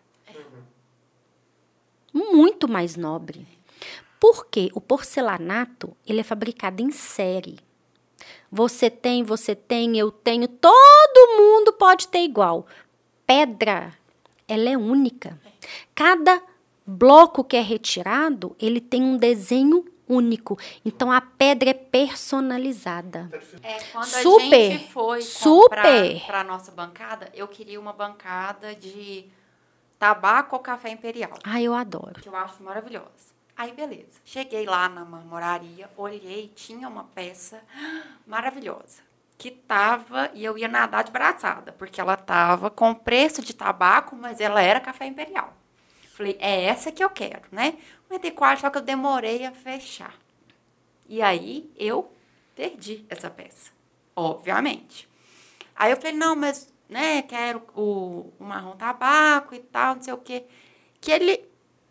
B: Uhum. Muito mais nobre. Porque o porcelanato, ele é fabricado em série. Você tem, você tem, eu tenho, todo mundo pode ter igual. Pedra, ela é única. Cada bloco que é retirado, ele tem um desenho único. Então, a pedra é personalizada.
A: É, quando
B: Super,
A: a gente foi
B: super.
A: comprar para a nossa bancada, eu queria uma bancada de tabaco ou café imperial,
B: Ah, eu adoro.
A: que eu acho maravilhosa. Aí, beleza. Cheguei lá na marmoraria, olhei, tinha uma peça maravilhosa, que tava, e eu ia nadar de braçada, porque ela tava com preço de tabaco, mas ela era café imperial. Falei, é essa que eu quero, né? Um metro e quarto, só que eu demorei a fechar. E aí, eu perdi essa peça, obviamente. Aí eu falei, não, mas, né, quero o, o marrom tabaco e tal, não sei o quê. Que ele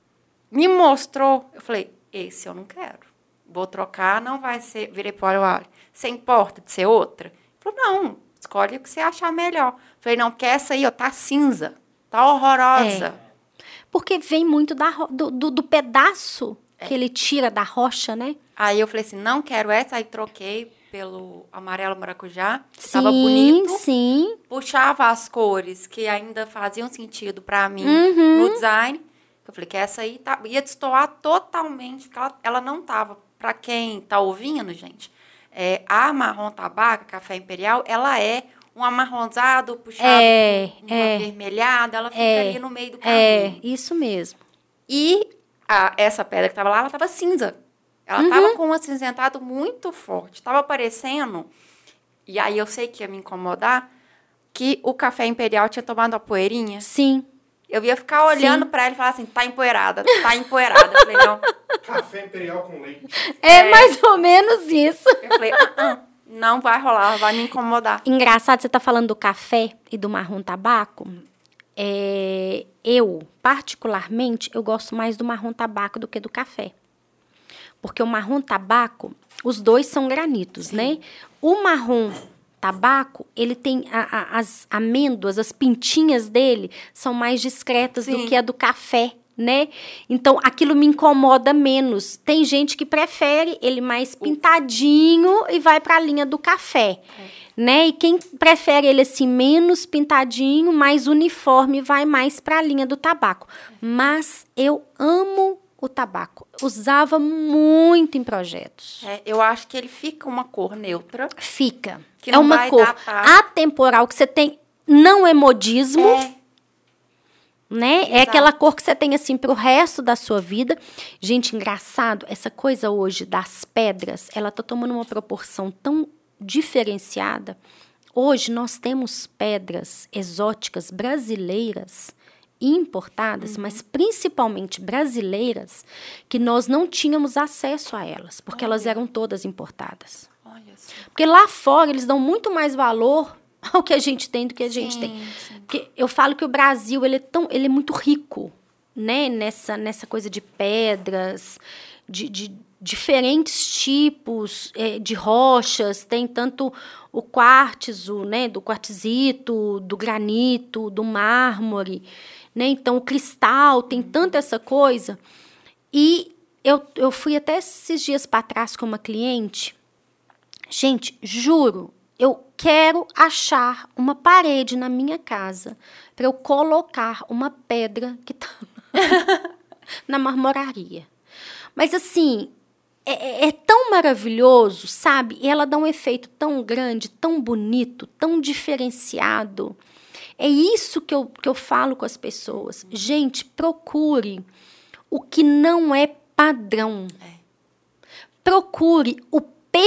A: me mostrou, eu falei, esse eu não quero. Vou trocar, não vai ser, virei para o olho, você importa de ser outra? Ele falou, não, escolhe o que você achar melhor. Eu falei, não, porque essa aí, ó, tá cinza, tá horrorosa.
B: É. Porque vem muito da, do, do, do pedaço é. que ele tira da rocha, né?
A: Aí eu falei assim, não quero essa, aí troquei pelo amarelo maracujá, que
B: Sim,
A: tava bonito.
B: sim.
A: Puxava as cores que ainda faziam sentido para mim
B: Uhum.
A: no design. Eu falei que essa aí tá, ia destoar totalmente, porque ela, ela não tava. Para quem tá ouvindo, gente, é, a marrom tabaco, café imperial, ela é um amarronzado, puxado,
B: É,
A: uma
B: é.
A: avermelhada, ela fica
B: É,
A: ali no meio do caminho.
B: É, isso mesmo.
A: E a, essa pedra que tava lá, ela tava cinza. Ela
B: Uhum.
A: tava com um acinzentado muito forte. Tava parecendo, e aí eu sei que ia me incomodar, que o café imperial tinha tomado uma poeirinha.
B: Sim.
A: Eu ia ficar olhando
B: Sim.
A: pra ela e falar assim, tá empoeirada, tá empoeirada. Eu falei, não.
C: Café imperial com leite.
B: É,
A: É.
B: mais ou menos isso.
A: Eu falei, ah, ah, não vai rolar, vai me incomodar.
B: Engraçado, você tá falando do café e do marrom tabaco. É, eu, particularmente, eu gosto mais do marrom tabaco do que do café. Porque o marrom tabaco, os dois são granitos,
A: Sim.
B: né? O marrom tabaco, ele tem a, a, as amêndoas, as pintinhas dele são mais discretas
A: Sim.
B: do que a do café, né? Então, aquilo me incomoda menos. Tem gente que prefere ele mais pintadinho e vai para a linha do café, é. né? E quem prefere ele assim menos pintadinho, mais uniforme, vai mais para a linha do tabaco. É. Mas eu amo o tabaco. Usava muito em projetos.
A: É, eu acho que ele fica uma cor neutra.
B: Fica.
A: Que
B: é
A: não
B: uma
A: vai
B: cor
A: datar.
B: atemporal que você tem, não é modismo.
A: É.
B: Né?
A: Exato.
B: É aquela cor que você tem assim pro resto da sua vida. Gente, engraçado, essa coisa hoje das pedras, ela tá tomando uma proporção tão diferenciada. Hoje nós temos pedras exóticas brasileiras importadas, uhum. mas principalmente brasileiras, que nós não tínhamos acesso a elas, porque Olha. elas eram todas importadas. Olha só. Porque lá fora eles dão muito mais valor ao que a gente tem do que a gente sim, tem. Sim. Porque eu falo que o Brasil ele é, tão, ele é muito rico, né? nessa, nessa coisa de pedras, de, de diferentes tipos é, de rochas, tem tanto o quartzo, né? do quartzito, do granito, do mármore, né? Então, o cristal, tem tanta essa coisa. E eu, eu fui até esses dias para trás com uma cliente. Gente, juro, eu quero achar uma parede na minha casa para eu colocar uma pedra que está na marmoraria. Mas, assim, é, é tão maravilhoso, sabe? E ela dá um efeito tão grande, tão bonito, tão diferenciado. É isso que eu, que eu falo com as pessoas. Gente, procure o que não é padrão. É. Procure o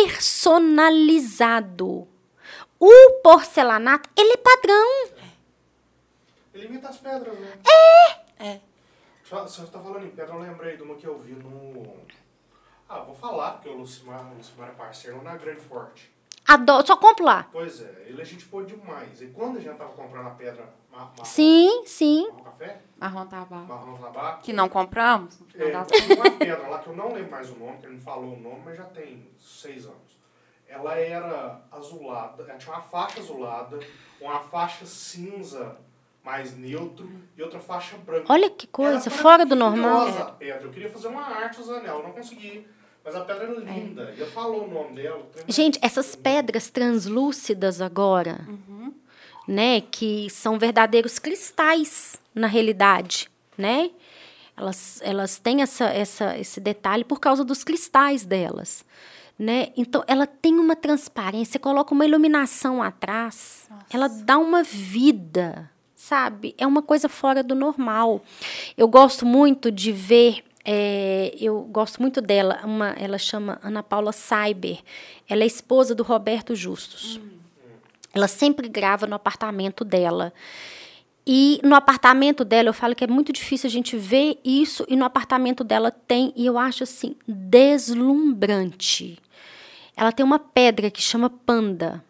B: personalizado. O porcelanato, ele é padrão.
C: É. Ele imita as pedras, né?
B: É.
A: É.
C: Você está falando em pedra, eu lembrei de uma que eu vi no... Ah, vou falar, porque o Lucimar, o Lucimar é parceiro na Grande Forte.
B: Adoro, só compro lá.
C: Pois é, ele a gente pôs demais. E quando a gente tava comprando a pedra marrom,
B: sim, sim.
C: marrom café?
A: Marrom tabaco.
C: Marrom tabaco.
A: Que não compramos?
C: É, tem uma pedra lá que eu não lembro mais o nome, que ele não falou o nome, mas já tem seis anos. Ela era azulada, ela tinha uma faixa azulada, uma faixa cinza mais neutro hum. e outra faixa branca.
B: Olha que coisa, fora do normal.
C: A pedra. Eu queria fazer uma arte usando ela, não consegui. Mas a pedra era linda. É. E falou o nome dela.
B: Gente, essas pedras translúcidas agora, uhum. né, que são verdadeiros cristais na realidade, né? Elas, elas têm essa, essa, esse detalhe por causa dos cristais delas, né? Então, ela tem uma transparência, coloca uma iluminação atrás, Nossa. ela dá uma vida, sabe? É uma coisa fora do normal. Eu gosto muito de ver... É, eu gosto muito dela, uma, ela chama Ana Paula Cyber, ela é esposa do Roberto Justus. Hum. Ela sempre grava no apartamento dela. E no apartamento dela, eu falo que é muito difícil a gente ver isso, e no apartamento dela tem, e eu acho assim, deslumbrante. Ela tem uma pedra que chama Panda.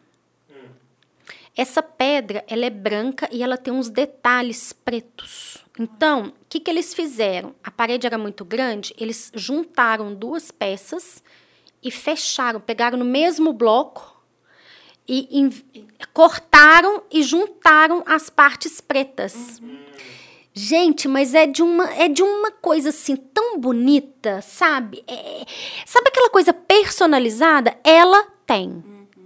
B: Essa pedra, ela é branca e ela tem uns detalhes pretos. Então, o que, que eles fizeram? A parede era muito grande, eles juntaram duas peças e fecharam, pegaram no mesmo bloco e in, cortaram e juntaram as partes pretas. Uhum. Gente, mas é de uma, é de uma coisa assim tão bonita, sabe? É, sabe aquela coisa personalizada? Ela tem.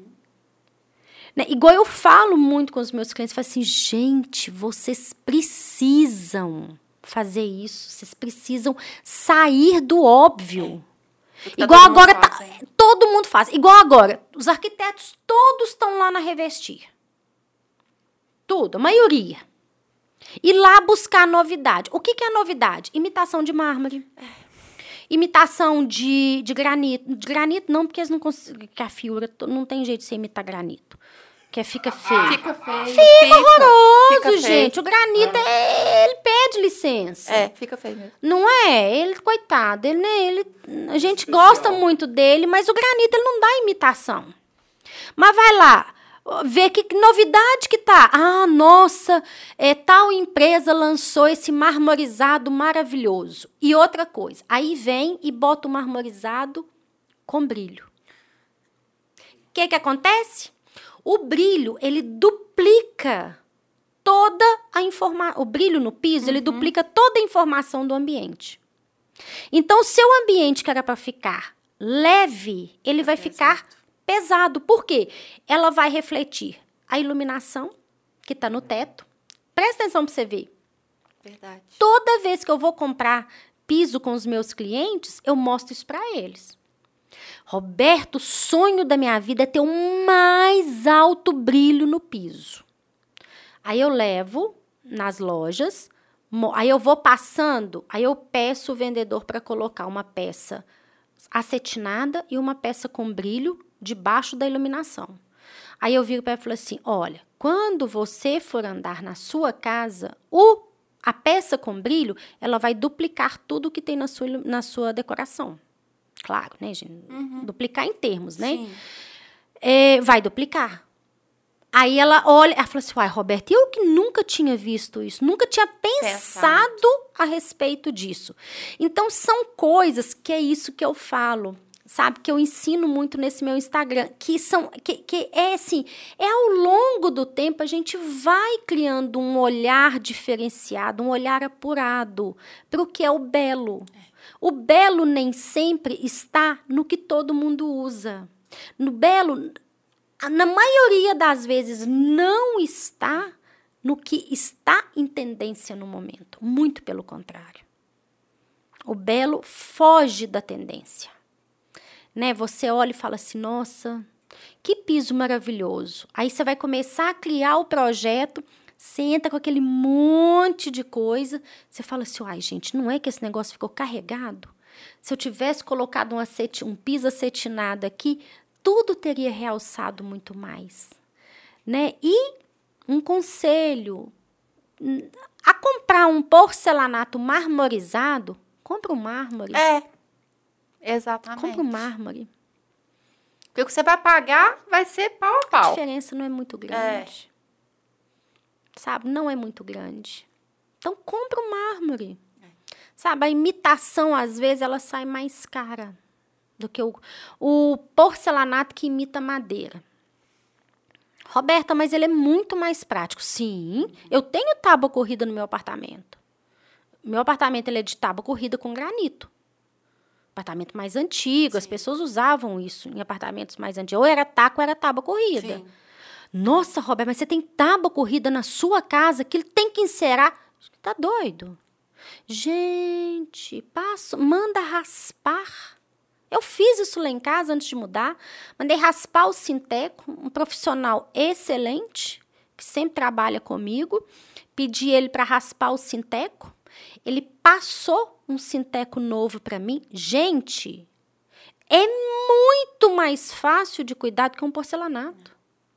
B: Né? Igual eu falo muito com os meus clientes, eu falo assim, gente, vocês precisam fazer isso, vocês precisam sair do óbvio. É. Igual todo agora, mundo tá, todo mundo faz. Igual agora, os arquitetos todos estão lá na Revestir. Tudo, a maioria. E lá buscar novidade. O que, que é novidade? Imitação de mármore. É. Imitação de, de granito. De granito não, porque eles não conseguem, que a fiura não tem jeito de você imitar granito. Que fica feio.
A: Fica feio.
B: Fica, fica horroroso, fica gente. Feio. O granito, é, ele pede licença.
A: É, fica feio mesmo.
B: Não é? Ele, coitado, ele, né, ele, a gente Especial. gosta muito dele, mas o granito, ele não dá imitação. Mas vai lá, vê que novidade que tá. Ah, nossa, é, tal empresa lançou esse marmorizado maravilhoso. E outra coisa, aí vem e bota o marmorizado com brilho. O que que acontece? O brilho, ele duplica toda a informação. O brilho no piso, uhum. ele duplica toda a informação do ambiente. Então, o seu ambiente que era para ficar leve, ele vai Exato. ficar pesado. Por quê? Ela vai refletir a iluminação que está no teto. Presta atenção para você ver.
A: Verdade.
B: Toda vez que eu vou comprar piso com os meus clientes, eu mostro isso para eles. Roberto, o sonho da minha vida é ter o mais alto brilho no piso. Aí eu levo nas lojas, aí eu vou passando, aí eu peço o vendedor para colocar uma peça acetinada e uma peça com brilho debaixo da iluminação. Aí eu viro para ela e falo assim, olha, quando você for andar na sua casa, o, a peça com brilho, ela vai duplicar tudo que tem na sua, na sua decoração. Claro, né, gente? Uhum. Duplicar em termos, né?
A: Sim.
B: É, vai duplicar. Aí ela olha, ela fala assim, uai, Roberta, eu que nunca tinha visto isso, nunca tinha pensado Pensado. a respeito disso. Então, são coisas que é isso que eu falo, sabe? Que eu ensino muito nesse meu Instagram, que são, que, que é assim, é ao longo do tempo a gente vai criando um olhar diferenciado, um olhar apurado para o que é o belo. O belo nem sempre está no que todo mundo usa. No belo, na maioria das vezes, não está no que está em tendência no momento. Muito pelo contrário. O belo foge da tendência. Né? Você olha e fala assim, nossa, que piso maravilhoso. Aí você vai começar a criar o projeto, você entra com aquele monte de coisa, você fala assim, ai gente, não é que esse negócio ficou carregado? Se eu tivesse colocado um, aceti, um piso acetinado aqui, tudo teria realçado muito mais. Né? E um conselho, a comprar um porcelanato marmorizado, compra um mármore.
A: É, exatamente.
B: Compra um mármore.
A: Porque o que você vai pagar vai ser pau a pau.
B: A diferença não é muito grande. É. Sabe? Não é muito grande. Então, compra um mármore. É. Sabe? A imitação, às vezes, ela sai mais cara do que o, o porcelanato que imita madeira. Roberta, mas ele é muito mais prático. Sim, eu tenho tábua corrida no meu apartamento. Meu apartamento ele é de tábua corrida com granito. Apartamento mais antigo, Sim. As pessoas usavam isso em apartamentos mais antigos. Ou era taco ou era tábua corrida. Sim. Nossa, Roberta, mas você tem tábua corrida na sua casa que ele tem que encerar. Tá doido? Gente, passo, manda raspar. Eu fiz isso lá em casa antes de mudar. Mandei raspar o Sinteco, um profissional excelente, que sempre trabalha comigo. Pedi ele para raspar o Sinteco. Ele passou um Sinteco novo para mim. Gente, é muito mais fácil de cuidar do que um porcelanato.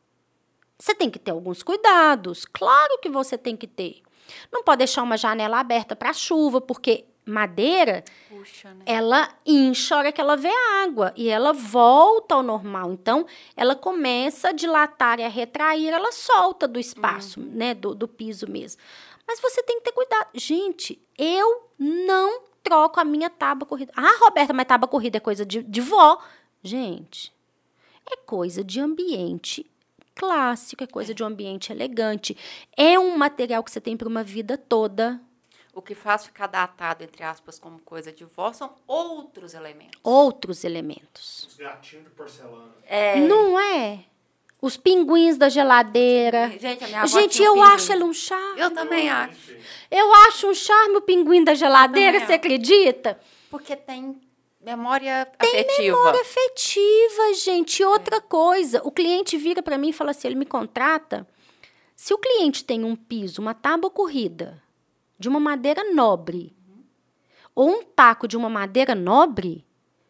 B: Você tem que ter alguns cuidados. Claro que você tem que ter. Não pode deixar uma janela aberta para chuva, porque madeira, Puxa, né? ela incha a hora que ela vê a água e ela volta ao normal. Então, ela começa a dilatar e a retrair, ela solta do espaço, uhum. né, do, do piso mesmo. Mas você tem que ter cuidado. Gente, eu não troco a minha tábua corrida. Ah, Roberta, mas tábua corrida é coisa de, de vó. Gente, é coisa de ambiente clássico, é coisa é. de um ambiente elegante. É um material que você tem para uma vida toda.
A: O que faz ficar datado, entre aspas, como coisa de vó, são outros elementos.
B: Outros elementos.
C: Os gatinhos de porcelana.
B: É. Não é? Os pinguins da geladeira.
A: Gente, a minha avó
B: Gente eu
A: pinguim.
B: acho ele um charme.
A: Eu também acho.
B: Eu acho um charme o pinguim da geladeira, você acredita?
A: Porque tem memória
B: tem
A: afetiva.
B: Tem memória afetiva, gente. Outra é. coisa, o cliente vira para mim e fala assim, ele me contrata. Se o cliente tem um piso, uma tábua corrida, de uma madeira nobre, uhum. ou um taco de uma madeira nobre,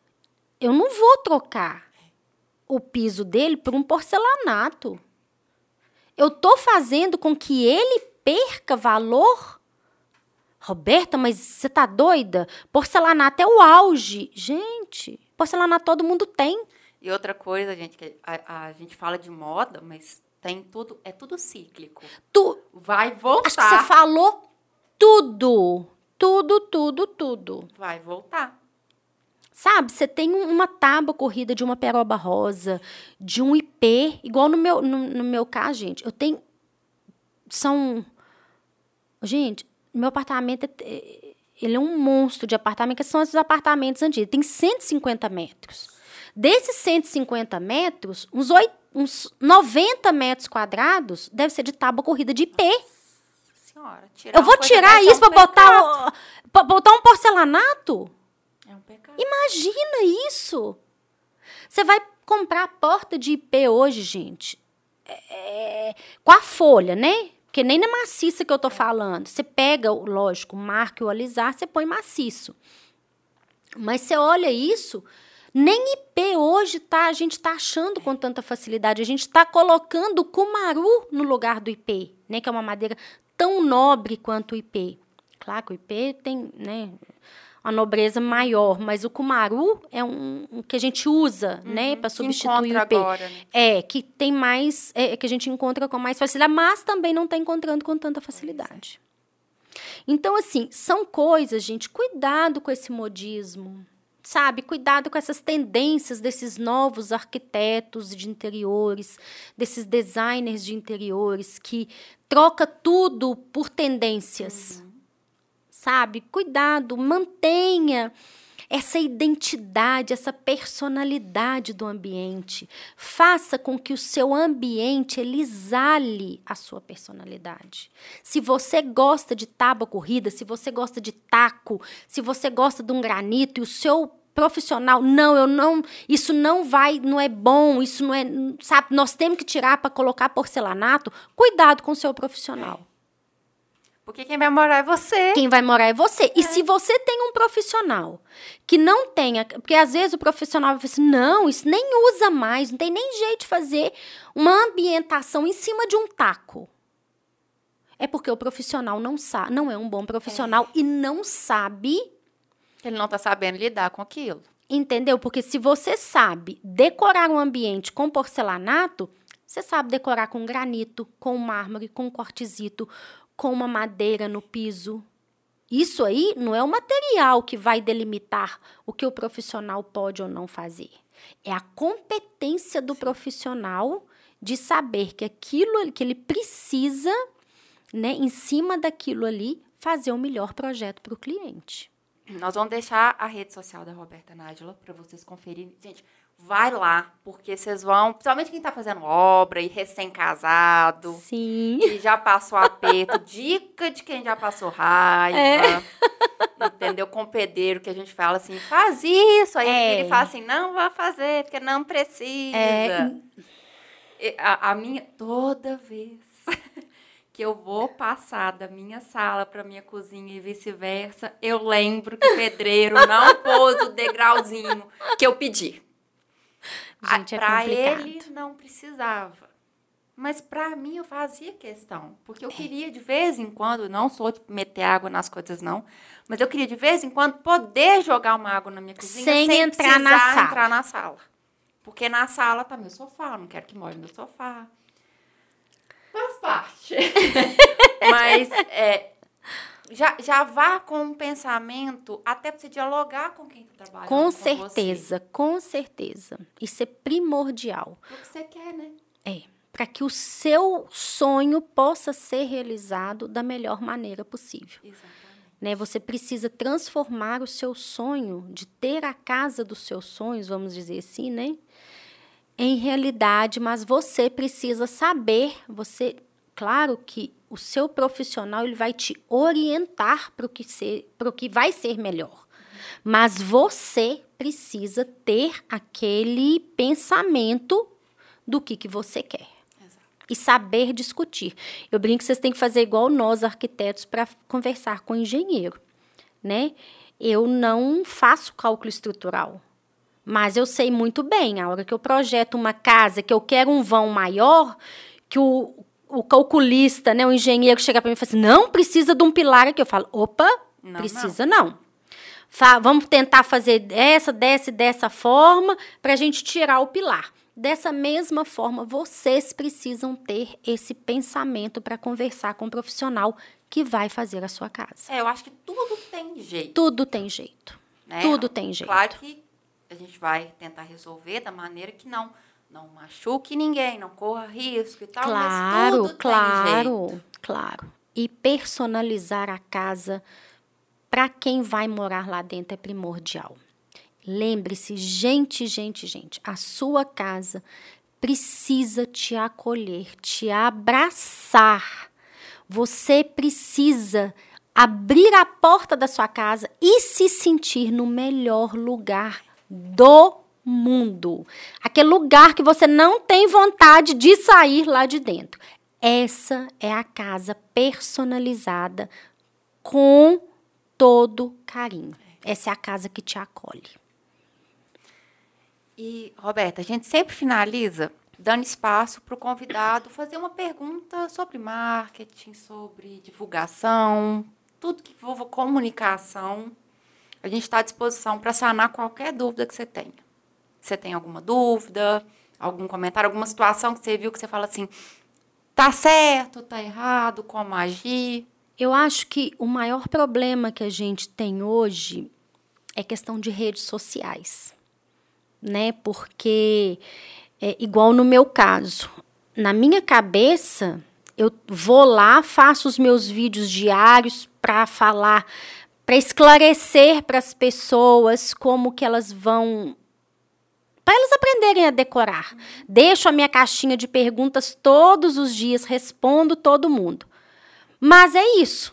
B: eu não vou trocar o piso dele por um porcelanato. Eu estou fazendo com que ele perca valor. Roberta, mas você tá doida? Porcelanato é o auge. Gente, porcelanato todo mundo tem.
A: E outra coisa, gente, que a, a gente fala de moda, mas tem tudo, é tudo cíclico.
B: Tu,
A: vai voltar.
B: Acho que você falou tudo, tudo, tudo, tudo.
A: Vai voltar.
B: Sabe, você tem uma tábua corrida de uma peroba rosa, de um I P, igual no meu, no, no meu caso, gente. Eu tenho, são, gente, meu apartamento, é, ele é um monstro de apartamento, que são esses apartamentos antigos. Tem cento e cinquenta metros. Desses cento e cinquenta metros, uns, oito, uns noventa metros quadrados deve ser de tábua corrida de I P.
A: Senhora, tirar
B: eu vou tirar isso para botar, pra botar um porcelanato?
A: É um pecado.
B: Imagina isso. Você vai comprar a porta de I P hoje, gente, é, com a folha, né? Porque nem na maciça que eu tô falando. Você pega, lógico, o marco e o alisar, você põe maciço. Mas você olha isso, Nem I P hoje tá, a gente está achando com tanta facilidade. A gente está colocando o cumaru no lugar do I P, né? Que é uma madeira tão nobre quanto o I P. Claro que o I P tem, né, uma nobreza maior, mas o cumaru é um, um que a gente usa, uhum, né, para substituir o I P. Agora, né? É, que tem mais, é, que a gente encontra com mais facilidade, mas também não está encontrando com tanta facilidade. Então, assim, são coisas, gente, cuidado com esse modismo, sabe? Cuidado com essas tendências desses novos arquitetos de interiores, desses designers de interiores que troca tudo por tendências, uhum, sabe? Cuidado, mantenha essa identidade, essa personalidade do ambiente. Faça com que o seu ambiente ele exale a sua personalidade. Se você gosta de tábua corrida, se você gosta de taco, se você gosta de um granito e o seu profissional, não, eu não, isso não vai, não é bom, isso não é, sabe, nós temos que tirar para colocar porcelanato, cuidado com o seu profissional.
A: Porque quem vai morar é você.
B: Quem vai morar é você. É. E se você tem um profissional que não tenha... Porque às vezes o profissional vai falar assim, não, isso nem usa mais, não tem nem jeito de fazer uma ambientação em cima de um taco. É porque o profissional não sabe, não é um bom profissional é. E não sabe...
A: Ele não está sabendo lidar com aquilo.
B: Entendeu? Porque se você sabe decorar um ambiente com porcelanato, você sabe decorar com granito, com mármore, com quartzito, com uma madeira no piso. Isso aí não é o material que vai delimitar o que o profissional pode ou não fazer. É a competência do profissional de saber que aquilo que ele precisa, né, em cima daquilo ali, fazer o melhor projeto para o cliente.
A: Nós vamos deixar a rede social da Roberta Nájila para vocês conferirem. Gente, vai lá, porque vocês vão... Principalmente quem está fazendo obra e recém-casado.
B: Sim.
A: Que já passou aperto. Dica de quem já passou raiva. É. Entendeu? Com o pedreiro, que a gente fala assim, faz isso. Aí é. Ele fala assim, não vai fazer, porque não precisa. É. A, a minha... Toda vez... que eu vou passar da minha sala para minha cozinha e vice-versa, eu lembro que o pedreiro não pôs o degrauzinho que eu pedi.
B: Gente, é
A: para
B: complicado.
A: Ele não precisava. Mas para mim eu fazia questão. Porque eu queria de vez em quando, não sou de meter água nas coisas não, mas eu queria de vez em quando poder jogar uma água na minha cozinha
B: sem,
A: sem
B: entrar na sala.
A: entrar na sala. Porque na sala tá meu sofá, eu não quero que molhe meu sofá. Faz parte. Mas é, já, já vá com um pensamento até para você dialogar com quem está trabalhando com,
B: com certeza, você. Com certeza. Isso é primordial.
A: O que você quer, né?
B: É, para que o seu sonho possa ser realizado da melhor maneira possível.
A: Exatamente.
B: Né, você precisa transformar o seu sonho de ter a casa dos seus sonhos, vamos dizer assim, né? Em realidade, mas você precisa saber, você, claro que o seu profissional ele vai te orientar para o que ser, para o que vai ser melhor. Mas você precisa ter aquele pensamento do que, que você quer. Exato. E saber discutir. Eu brinco que vocês têm que fazer igual nós, arquitetos, para conversar com o engenheiro, né? Eu não faço cálculo estrutural. Mas eu sei muito bem, a hora que eu projeto uma casa, que eu quero um vão maior, que o, o calculista, né, o engenheiro chega para mim e fala assim, não precisa de um pilar aqui. Eu falo, opa, não, precisa não. não. Fa- vamos tentar fazer dessa, dessa e dessa forma para a gente tirar o pilar. Dessa mesma forma, vocês precisam ter esse pensamento para conversar com o profissional que vai fazer a sua casa.
A: É, eu acho que tudo tem jeito.
B: Tudo tem jeito. Né? Tudo tem jeito.
A: Claro que a gente vai tentar resolver da maneira que não, não machuque ninguém, não corra risco e tal,
B: claro,
A: mas tudo
B: claro,
A: tem jeito.
B: Claro. E personalizar a casa para quem vai morar lá dentro é primordial. Lembre-se, gente, gente, gente, a sua casa precisa te acolher, te abraçar. Você precisa abrir a porta da sua casa e se sentir no melhor lugar do mundo. Aquele lugar que você não tem vontade de sair lá de dentro. Essa é a casa personalizada com todo carinho. Essa é a casa que te acolhe.
A: E, Roberta, a gente sempre finaliza dando espaço para o convidado fazer uma pergunta sobre marketing, sobre divulgação, tudo que envolva comunicação. A gente está à disposição para sanar qualquer dúvida que você tenha. Você tem alguma dúvida, algum comentário, alguma situação que você viu que você fala assim, tá certo, tá errado, como agir?
B: Eu acho que o maior problema que a gente tem hoje é questão de redes sociais, né? Porque, é, igual no meu caso, na minha cabeça, eu vou lá, faço os meus vídeos diários para falar, para esclarecer para as pessoas como que elas vão, para elas aprenderem a decorar. Deixo a minha caixinha de perguntas todos os dias, respondo todo mundo. Mas é isso,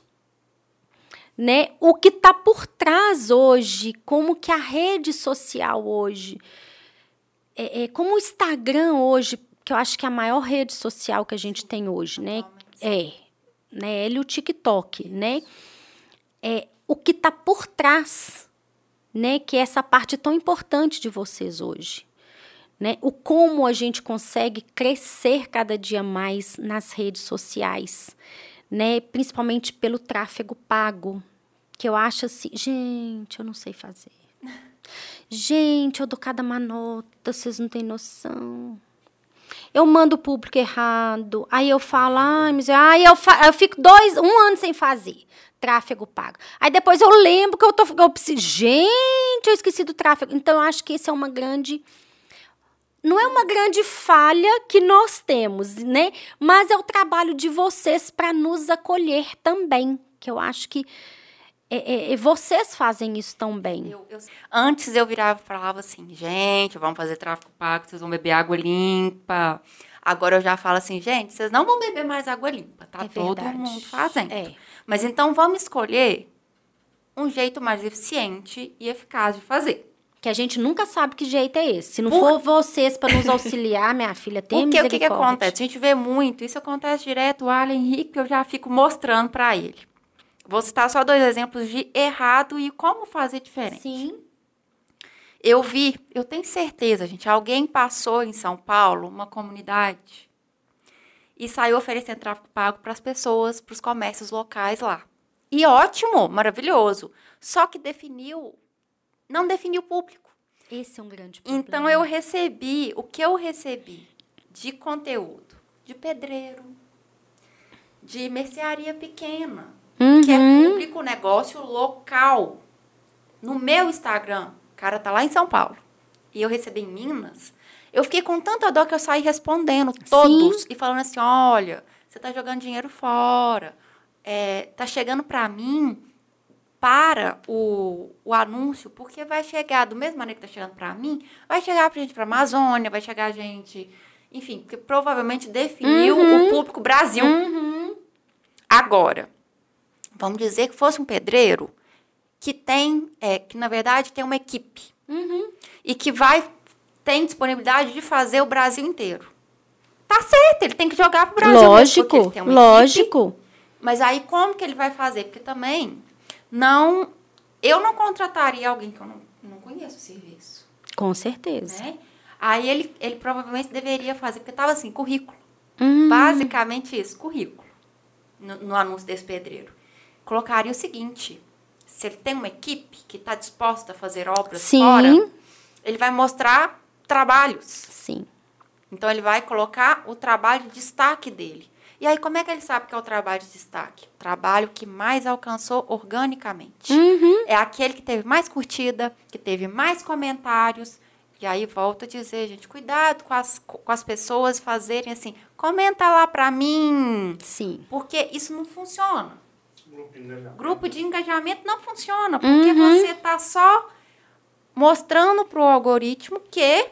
B: né? O que está por trás hoje, como que a rede social hoje, é, é, como o Instagram hoje, que eu acho que é a maior rede social que a gente tem hoje, né? É, né? Ele e o TikTok, né? É, o que está por trás, né? Que é essa parte tão importante de vocês hoje, né? O como a gente consegue crescer cada dia mais nas redes sociais, né? Principalmente pelo tráfego pago, que eu acho assim, gente, eu não sei fazer. Gente, eu dou cada manota, vocês não têm noção. Eu mando o público errado, aí eu falo, ai, mas aí eu, fa- eu fico dois, um ano sem fazer tráfego pago. Aí depois eu lembro que eu tô, eu preciso, gente, eu esqueci do tráfego. Então eu acho que isso é uma grande, não é uma grande falha que nós temos, né? Mas é o trabalho de vocês para nos acolher também, que eu acho que é, é, vocês fazem isso tão bem.
A: Eu, eu, antes eu virava e falava assim, gente, vamos fazer tráfego pago, vocês vão beber água limpa. Agora eu já falo assim, gente, vocês não vão beber mais água limpa, tá?
B: É
A: todo
B: verdade.
A: mundo fazendo.
B: É.
A: Mas então vamos escolher um jeito mais eficiente e eficaz de fazer.
B: Que a gente nunca sabe que jeito é esse. Se não
A: Por...
B: for vocês para nos auxiliar, minha filha, tem
A: Porque o que, que
B: misericórdia.
A: acontece? A gente vê muito, isso acontece direto, o Alan Henrique, eu já fico mostrando para ele. Vou citar só dois exemplos de errado e como fazer diferente.
B: Sim.
A: Eu vi, eu tenho certeza, gente, alguém passou em São Paulo, uma comunidade, e saiu oferecendo tráfego pago para as pessoas, para os comércios locais lá. E ótimo, maravilhoso. Só que definiu, não definiu o público.
B: Esse é um grande problema.
A: Então, eu recebi, o que eu recebi de conteúdo, de pedreiro, de mercearia pequena,
B: Uhum.
A: que é público, negócio local. No meu Instagram, o cara tá lá em São Paulo, e eu recebi em Minas, eu fiquei com tanta dor que eu saí respondendo todos, Sim. e falando assim, olha, você tá jogando dinheiro fora, é, tá chegando pra mim, para o, o anúncio, porque vai chegar, do mesmo maneira que tá chegando pra mim, vai chegar pra gente pra Amazônia, vai chegar gente, enfim, porque provavelmente definiu uhum. o público Brasil.
B: Uhum.
A: Agora, vamos dizer que fosse um pedreiro que tem, é, que na verdade tem uma equipe
B: uhum.
A: e que vai, tem disponibilidade de fazer o Brasil inteiro. Tá certo, ele tem que jogar pro Brasil.
B: Lógico,
A: mesmo, ele tem uma
B: lógico.
A: Equipe, mas aí como que ele vai fazer? Porque também não, eu não contrataria alguém que eu não, não conheço o serviço.
B: Com certeza.
A: Né? Aí ele, ele provavelmente deveria fazer, porque tava assim, currículo.
B: Hum.
A: Basicamente isso, currículo. No, no anúncio desse pedreiro. Colocaria o seguinte, se ele tem uma equipe que está disposta a fazer obras
B: Sim.
A: fora, ele vai mostrar trabalhos.
B: Sim.
A: Então, ele vai colocar o trabalho de destaque dele. E aí, como é que ele sabe que é o trabalho de destaque? O trabalho que mais alcançou organicamente.
B: Uhum.
A: É aquele que teve mais curtida, que teve mais comentários. E aí, volto a dizer, gente, cuidado com as, com as pessoas fazerem assim, comenta lá pra mim.
B: Sim.
A: Porque isso não funciona.
C: Grupo de engajamento.
A: Grupo de engajamento não funciona, porque
B: uhum.
A: você está só mostrando para o algoritmo que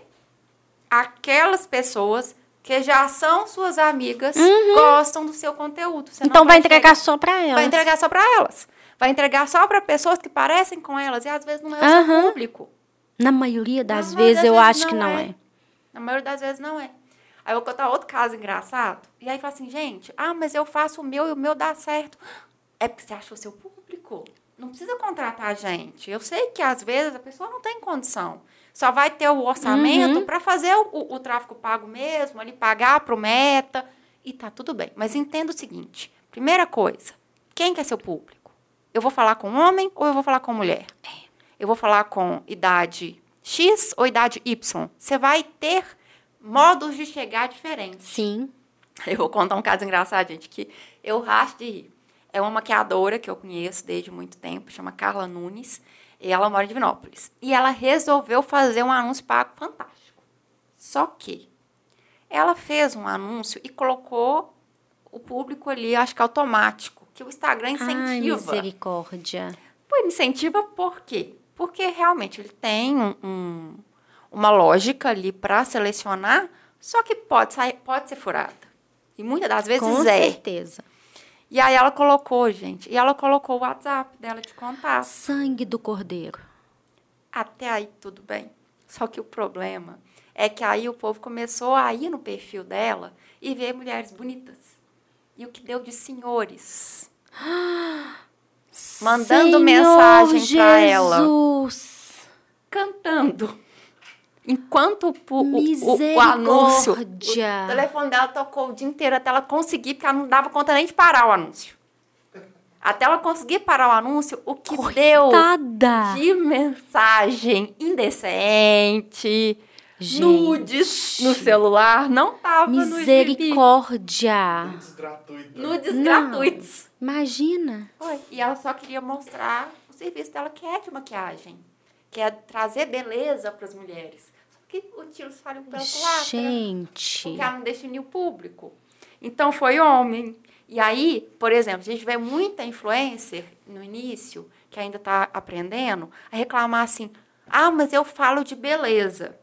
A: aquelas pessoas que já são suas amigas
B: uhum.
A: gostam do seu conteúdo. Você
B: então
A: não
B: vai,
A: vai
B: entregar
A: chegar,
B: só para elas.
A: Vai entregar só para elas. Vai entregar só para pessoas que parecem com elas e às vezes não é o
B: uhum.
A: seu público.
B: Na maioria das
A: Na
B: vezes
A: maioria
B: eu
A: das
B: acho
A: vezes
B: que não
A: é.
B: é.
A: Na maioria das vezes não é. Aí eu vou contar outro caso engraçado. E aí fala assim, gente, ah, mas eu faço o meu e o meu dá certo. É porque você achou o seu público. Não precisa contratar a gente. Eu sei que, às vezes, a pessoa não tem condição. só vai ter o orçamento
B: Uhum.
A: para fazer o, o, o tráfego pago mesmo, ali pagar para o Meta, e tá tudo bem. Mas entenda o seguinte, primeira coisa, quem que é seu público? Eu vou falar com homem ou eu vou falar com mulher? Eu vou falar com idade X ou idade Y? Você vai ter modos de chegar diferentes.
B: Sim.
A: Eu vou contar um caso engraçado, gente, que eu racho de rir. É uma maquiadora que eu conheço desde muito tempo, chama Carla Nunes, e ela mora em Divinópolis. E ela resolveu fazer um anúncio pago fantástico. Só que ela fez um anúncio e colocou o público ali, acho que automático, que o Instagram incentiva.
B: Ai, misericórdia.
A: Pô, incentiva por quê? Porque realmente ele tem um, um, uma lógica ali para selecionar, só que pode, sair, pode ser furada. E muitas das vezes
B: Com
A: é.
B: certeza.
A: E aí ela colocou, gente, e ela colocou o WhatsApp dela de contato.
B: Sangue do cordeiro.
A: Até aí tudo bem. Só que o problema é que aí o povo começou a ir no perfil dela e ver mulheres bonitas. E o que deu de senhores. Mandando
B: Senhor
A: mensagem para ela.
B: Jesus.
A: Cantando. Enquanto o, o, o, o anúncio, o
B: Misericórdia.
A: telefone dela tocou o dia inteiro até ela conseguir, porque ela não dava conta nem de parar o anúncio. Até ela conseguir parar o anúncio, o que deu
B: Coitada.
A: de mensagem indecente,
B: Gente.
A: nudes no celular, não tava no
B: Misericórdia.
C: Nudes gratuitos.
A: Nudes
B: Não.
A: gratuitos.
B: Imagina.
A: Foi. E ela só queria mostrar o serviço dela, que é de maquiagem, que é trazer beleza para as mulheres. Só que o tiro saiu pela culatra.
B: Gente.
A: Porque ela não definiu o público. Então, foi homem. E aí, por exemplo, a gente vê muita influencer no início, que ainda está aprendendo, a reclamar assim, ah, mas eu falo de beleza.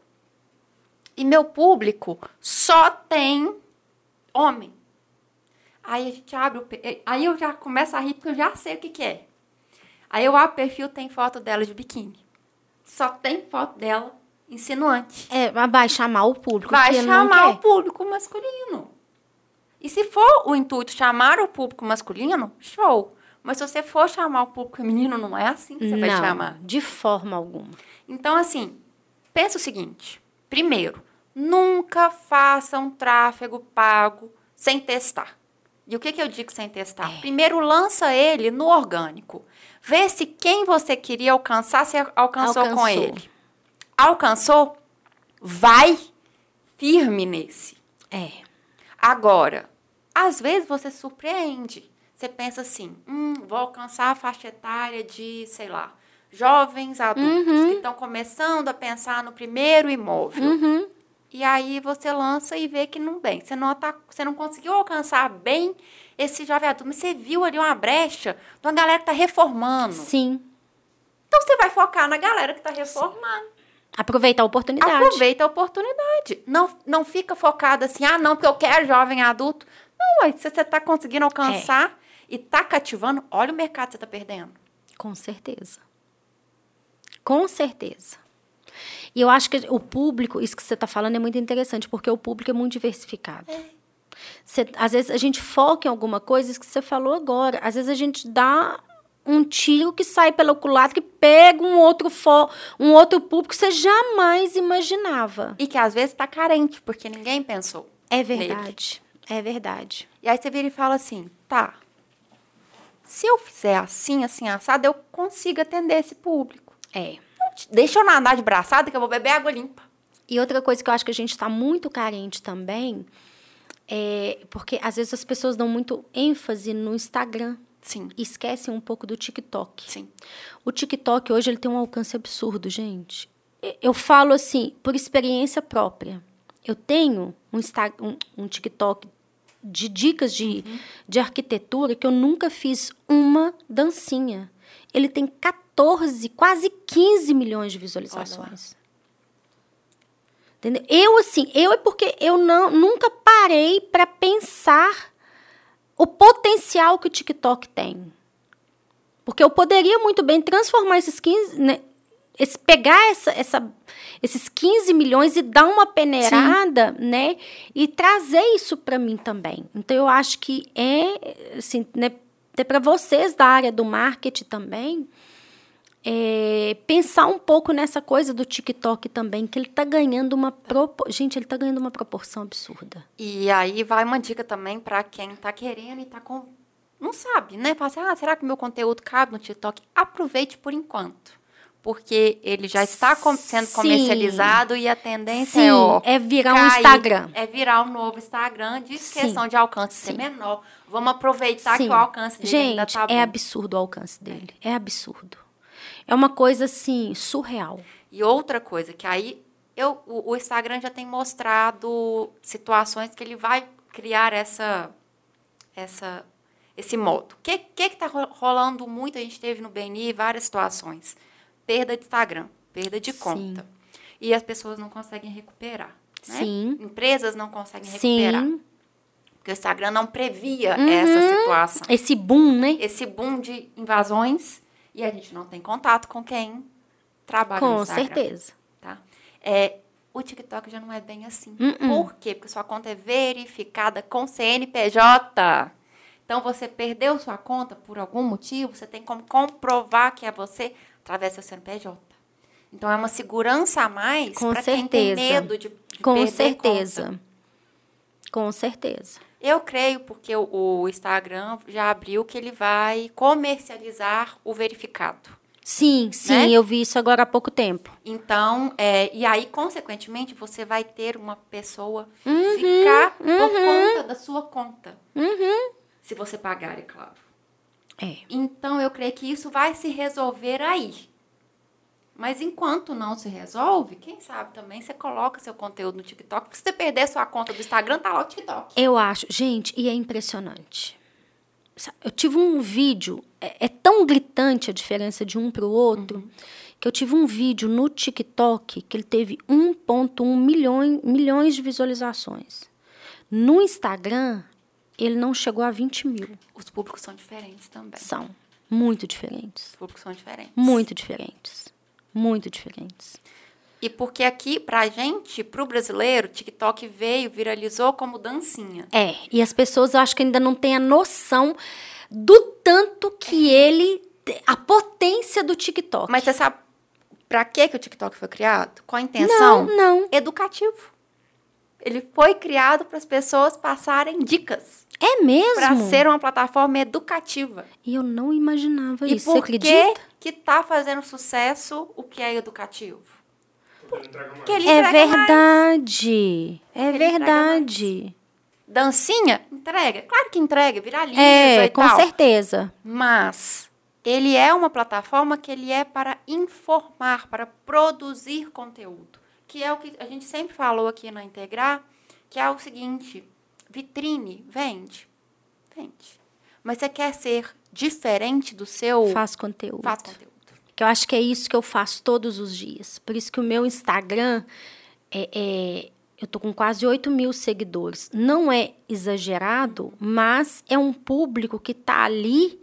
A: E meu público só tem homem. Aí a gente abre o... Pe... Aí eu já começo a rir, porque eu já sei o que, que é. Aí eu abro o perfil, tem foto dela de biquíni. Só tem foto dela insinuante.
B: É, vai chamar o público.
A: Vai
B: que ele
A: chamar
B: não
A: o
B: quer.
A: público masculino. E se for o intuito chamar o público masculino, show. Mas se você for chamar o público feminino, não é assim que você
B: não,
A: vai chamar.
B: de forma alguma.
A: Então, assim, pensa o seguinte. Primeiro, nunca faça um tráfego pago sem testar. E o que, que eu digo sem testar?
B: É.
A: Primeiro, lança ele no orgânico. Vê se quem você queria alcançar, você alcançou,
B: Alcançou.
A: com ele. Alcançou? Vai firme nesse.
B: É.
A: Agora, às vezes você surpreende. Você pensa assim, hum, vou alcançar a faixa etária de, sei lá, jovens adultos
B: Uhum.
A: que estão começando a pensar no primeiro imóvel.
B: Uhum.
A: E aí você lança e vê que não bem. Você não, tá, você não conseguiu alcançar bem esse jovem adulto, mas você viu ali uma brecha de uma galera que está reformando.
B: Sim.
A: Então você vai focar na galera que está reformando.
B: Aproveitar a oportunidade.
A: Aproveita a oportunidade. Não, não fica focado assim, ah, não, porque eu quero jovem adulto. Não, ué, se você está conseguindo alcançar e está cativando, olha o mercado que você está perdendo.
B: Com certeza. Com certeza. E eu acho que o público, isso que você está falando é muito interessante, porque o público é muito diversificado.
A: É.
B: Você, às vezes a gente foca em alguma coisa, isso que você falou agora. Às vezes a gente dá um tiro que sai pelo culatra, que pega um outro, fo, um outro público que você jamais imaginava.
A: E que às vezes está carente, porque ninguém pensou.
B: É verdade. É verdade.
A: E aí você vira e fala assim, tá, se eu fizer assim, assim, assado, eu consigo atender esse público.
B: É.
A: Deixa eu nadar de braçada que eu vou beber água limpa.
B: E outra coisa que eu acho que a gente está muito carente também, é porque às vezes as pessoas dão muito ênfase no Instagram.
A: Sim.
B: E esquecem um pouco do TikTok.
A: Sim.
B: O TikTok hoje ele tem um alcance absurdo, gente. Eu falo assim, por experiência própria. Eu tenho um, Insta, um, um TikTok de dicas de, uhum. de arquitetura que eu nunca fiz uma dancinha. Ele tem quatorze, quase quinze milhões de visualizações. Entendeu? Eu, assim, eu é porque eu não, nunca parei para pensar o potencial que o TikTok tem. Porque eu poderia muito bem transformar esses quinze... Né, esse, pegar essa, essa, esses quinze milhões e dar uma peneirada, né? E trazer isso para mim também. Então, eu acho que é... Assim, né, até para vocês da área do marketing também, é, pensar um pouco nessa coisa do TikTok também, que ele está ganhando uma... Propo... Gente, ele está ganhando uma proporção absurda.
A: E aí vai uma dica também para quem está querendo e está com... não sabe, né? Fala assim, ah, será que o meu conteúdo cabe no TikTok? Aproveite por enquanto. Porque ele já está com, sendo
B: Sim.
A: comercializado e a tendência
B: Sim,
A: é, ó,
B: é virar
A: cair,
B: um Instagram.
A: É virar um novo Instagram de
B: Sim.
A: questão de alcance ser
B: Sim.
A: menor. Vamos aproveitar
B: Sim.
A: que o alcance dele
B: Gente,
A: ainda tá bom.
B: é absurdo o alcance dele. É absurdo. É uma coisa, assim, surreal.
A: E outra coisa, que aí eu, o, o Instagram já tem mostrado situações que ele vai criar essa, essa, esse modo. O que que está rolando muito? A gente teve no B N I várias situações. Perda de Instagram, perda de
B: Sim.
A: conta. E as pessoas não conseguem recuperar. Né?
B: Sim.
A: Empresas não conseguem recuperar.
B: Sim.
A: Porque o Instagram não previa
B: Uhum.
A: essa situação.
B: Esse boom, né?
A: Esse boom de invasões. E a gente não tem contato com quem trabalha no
B: Com
A: Instagram.
B: certeza.
A: Tá? É, o TikTok já não é bem assim.
B: Uh-uh.
A: Por quê? Porque sua conta é verificada com C N P J. Então, você perdeu sua conta por algum motivo, você tem como comprovar que é você através do seu C N P J. Então, é uma segurança a mais para quem tem medo de, de
B: Com
A: perder
B: certeza.
A: conta.
B: Com certeza.
A: Eu creio, porque o, o Instagram já abriu que ele vai comercializar o verificado.
B: Sim, sim,
A: Né?
B: eu vi isso agora há pouco tempo.
A: Então, é, e aí, consequentemente, você vai ter uma pessoa física
B: Uhum,
A: por
B: uhum.
A: conta da sua conta.
B: Uhum.
A: Se você pagar, é claro.
B: É.
A: Então, eu creio que isso vai se resolver aí. Mas enquanto não se resolve, quem sabe também você coloca seu conteúdo no TikTok. Porque se você perder sua conta do Instagram, tá lá o TikTok.
B: Eu acho, gente, e é impressionante. Eu tive um vídeo, é, é tão gritante a diferença de um para o outro, uhum. que eu tive um vídeo no TikTok que ele teve um vírgula um milhões, milhões de visualizações. No Instagram, ele não chegou a vinte mil.
A: Os públicos são diferentes também.
B: São muito diferentes.
A: Os públicos são diferentes.
B: Muito diferentes. Muito diferentes.
A: E porque aqui, pra gente, pro brasileiro, o TikTok veio, viralizou como dancinha.
B: É, e as pessoas, eu acho que ainda não têm a noção do tanto que ele... A potência do TikTok.
A: Mas você sabe pra que, que o TikTok foi criado? Com a intenção?
B: Não, não.
A: Educativo. Ele foi criado para as pessoas passarem dicas.
B: É mesmo?
A: Para ser uma plataforma educativa.
B: E eu não imaginava
A: e
B: isso,
A: por
B: você acredita?
A: que que tá fazendo sucesso o que é educativo?
C: Porque ele entrega mais.
A: Porque ele
B: É
A: entrega
B: verdade.
A: mais.
B: É
A: Ele entrega
B: verdade.
A: Dancinha? Entrega. Claro que entrega, viraliza
B: É,
A: e
B: com
A: tal.
B: certeza.
A: Mas ele é uma plataforma que ele é para informar, para produzir conteúdo. Que é o que a gente sempre falou aqui na Integrar, que é o seguinte, vitrine, vende, vende. Mas você quer ser diferente do seu...
B: Faz conteúdo.
A: Faz conteúdo.
B: Que eu acho que é isso que eu faço todos os dias. Por isso que o meu Instagram, é, é, eu tô com quase oito mil seguidores. Não é exagerado, mas é um público que tá ali,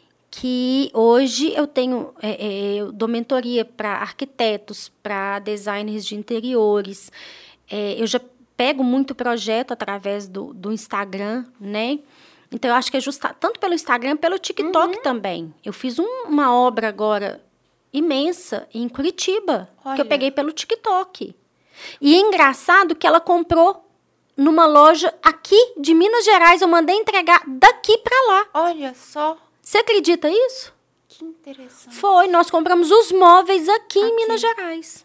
B: que hoje eu tenho, é, é, eu dou mentoria para arquitetos, para designers de interiores. É, eu já pego muito projeto através do, do Instagram, né? Então, eu acho que é justa, tanto pelo Instagram, pelo TikTok uhum. também. Eu fiz um, uma obra agora imensa em Curitiba, Olha. que eu peguei pelo TikTok. E é engraçado que ela comprou numa loja aqui de Minas Gerais. Eu mandei entregar daqui para lá.
A: Olha só.
B: Você acredita isso?
A: Que interessante.
B: Foi, nós compramos os móveis aqui, aqui. em Minas Gerais.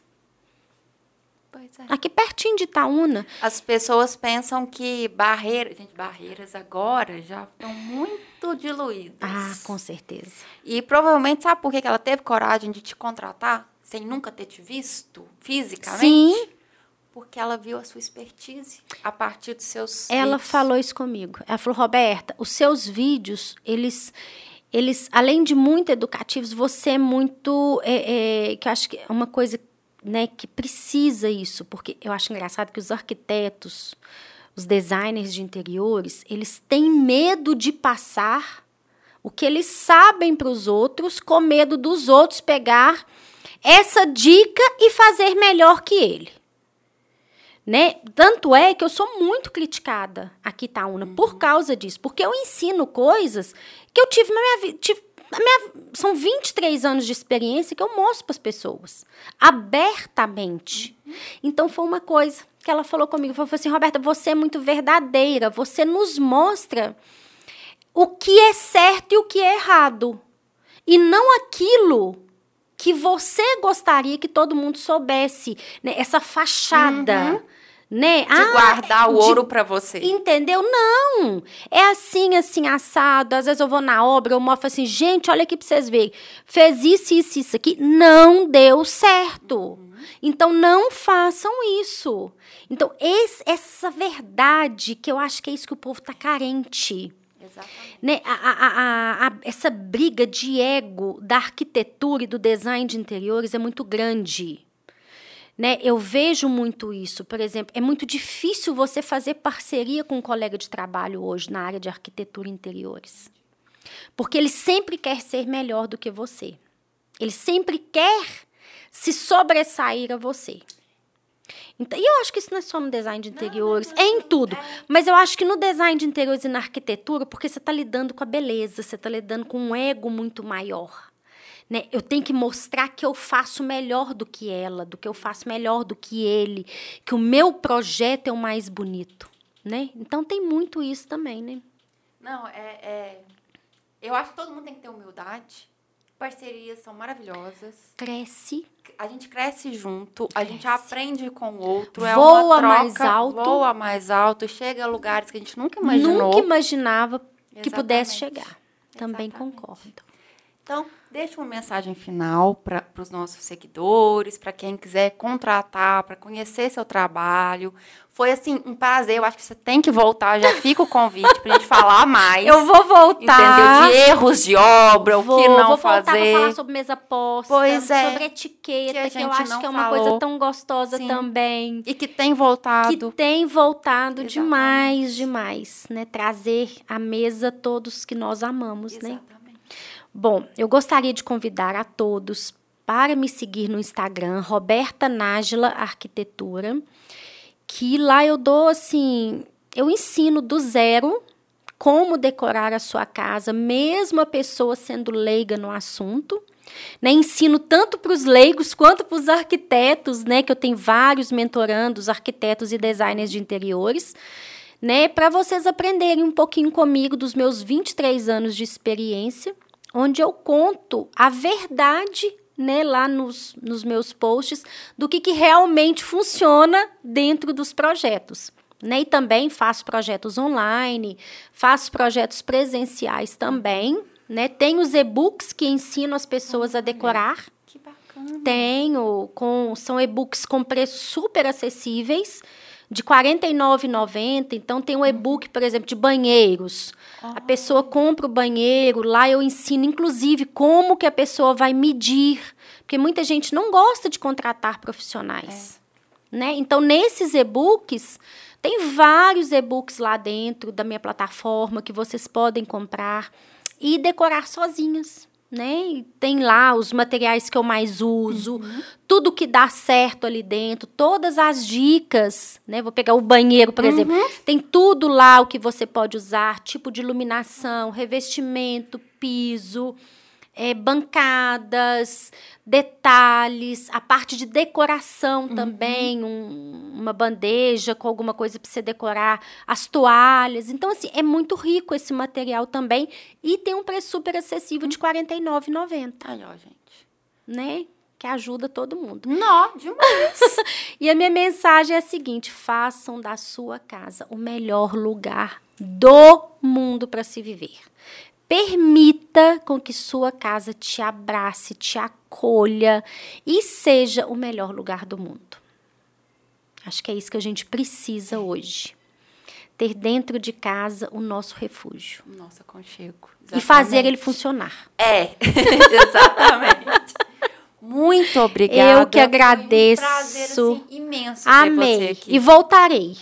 A: Pois é.
B: Aqui pertinho de Itaúna.
A: As pessoas pensam que barreiras... Gente, barreiras agora já estão muito diluídas.
B: Ah, com certeza.
A: E provavelmente, sabe por que ela teve coragem de te contratar? Sem nunca ter te visto fisicamente?
B: Sim.
A: Porque ela viu a sua expertise a partir dos seus
B: Ela
A: vídeos.
B: falou isso comigo. Ela falou, Roberta, os seus vídeos, eles... Eles, além de muito educativos, você é muito... É, é, que eu acho que é uma coisa... Né, que precisa isso, porque eu acho engraçado que os arquitetos, os designers de interiores, eles têm medo de passar o que eles sabem para os outros, com medo dos outros pegar essa dica e fazer melhor que ele. Né? Tanto é que eu sou muito criticada aqui, Itaúna, uhum. por causa disso, porque eu ensino coisas que eu tive na minha vida, tive a minha, são vinte e três anos de experiência que eu mostro para as pessoas, abertamente. Uhum. Então, foi uma coisa que ela falou comigo, falou assim, Roberta, você é muito verdadeira, você nos mostra o que é certo e o que é errado. E não aquilo que você gostaria que todo mundo soubesse, né? Essa fachada, uhum. né?
A: De ah, guardar o de, ouro para você.
B: Entendeu? Não. É assim, assim, assado. Às vezes eu vou na obra, eu mostro assim, gente, olha aqui para vocês verem. Fez isso, isso, isso aqui. Não deu certo. Uhum. Então, não façam isso. Então, esse, essa verdade, que eu acho que é isso que o povo está carente.
A: Exatamente.
B: Né? A, a, a, a, essa briga de ego da arquitetura e do design de interiores é muito grande. Né? Eu vejo muito isso. Por exemplo, é muito difícil você fazer parceria com um colega de trabalho hoje na área de arquitetura e interiores. Porque ele sempre quer ser melhor do que você. Ele sempre quer se sobressair a você. Então, e eu acho que isso não é só no design de interiores, não, não, não, é em tudo. É. Mas eu acho que no design de interiores e na arquitetura, porque você está lidando com a beleza, você está lidando com um ego muito maior. Né? Eu tenho que mostrar que eu faço melhor do que ela, do que eu faço melhor do que ele, que o meu projeto é o mais bonito. Né? Então, tem muito isso também, né?
A: Não, é, é... eu acho que todo mundo tem que ter humildade. Parcerias são maravilhosas.
B: Cresce.
A: A gente cresce junto, a gente aprende com o outro. É
B: voa
A: uma troca,
B: mais alto.
A: Voa mais alto, chega a lugares que a gente nunca imaginou.
B: Nunca imaginava que
A: Exatamente.
B: Pudesse chegar. Também
A: Exatamente.
B: Concordo.
A: Então, deixa uma mensagem final para os nossos seguidores, para quem quiser contratar, para conhecer seu trabalho. Foi, assim, um prazer. Eu acho que você tem que voltar. Já fica o convite para a gente falar mais.
B: Eu vou voltar.
A: Entendeu? De erros de obra,
B: vou,
A: o que não
B: vou
A: fazer.
B: Vou voltar para falar sobre mesa posta,
A: pois é,
B: sobre etiqueta,
A: que, a gente
B: que eu acho
A: não
B: que é uma
A: falou.
B: coisa tão gostosa
A: Sim.
B: também.
A: E que tem voltado.
B: Que tem voltado
A: Exatamente.
B: demais, demais. Né? Trazer à mesa todos que nós amamos,
A: Exatamente.
B: Né? Bom, eu gostaria de convidar a todos para me seguir no Instagram, Roberta Nájila Arquitetura, que lá eu dou, assim, eu ensino do zero como decorar a sua casa, mesmo a pessoa sendo leiga no assunto. Né? Ensino tanto para os leigos quanto para os arquitetos, né? Que eu tenho vários mentorandos, arquitetos e designers de interiores, né? Para vocês aprenderem um pouquinho comigo dos meus vinte e três anos de experiência, onde eu conto a verdade, né, lá nos, nos meus posts, do que, que realmente funciona dentro dos projetos. Né? E também faço projetos online, faço projetos presenciais também. Né? Tenho os e-books que ensinam as pessoas a decorar.
A: Que bacana.
B: Tenho, com, são e-books com preços super acessíveis, de quarenta e nove reais e noventa centavos. Então, tem um e-book, por exemplo, de banheiros. Oh. A pessoa compra o banheiro, lá eu ensino, inclusive, como que a pessoa vai medir. Porque muita gente não gosta de contratar profissionais. É. Né? Então, nesses e-books, tem vários e-books lá dentro da minha plataforma que vocês podem comprar e decorar sozinhas. Né? E tem lá os materiais que eu mais uso, uhum. tudo que dá certo ali dentro, todas as dicas, né? Vou pegar o banheiro, por uhum. exemplo, tem tudo lá o que você pode usar, tipo de iluminação, revestimento, piso, é, bancadas, detalhes, a parte de decoração uhum. também, um, uma bandeja com alguma coisa para você decorar, as toalhas. Então, assim, é muito rico esse material também e tem um preço super acessível de quarenta e nove reais e noventa centavos.
A: Aí, ó, gente.
B: Né? Que ajuda todo mundo.
A: Não, demais.
B: E a minha mensagem é a seguinte, façam da sua casa o melhor lugar do mundo para se viver. Permita com que sua casa te abrace, te acolha e seja o melhor lugar do mundo. Acho que é isso que a gente precisa hoje. Ter dentro de casa o nosso refúgio.
A: O nosso aconchego.
B: Exatamente. E fazer ele funcionar.
A: É, exatamente. Muito obrigada.
B: Eu que agradeço.
A: Foi um prazer assim, imenso
B: Amei.
A: ter você aqui.
B: E voltarei.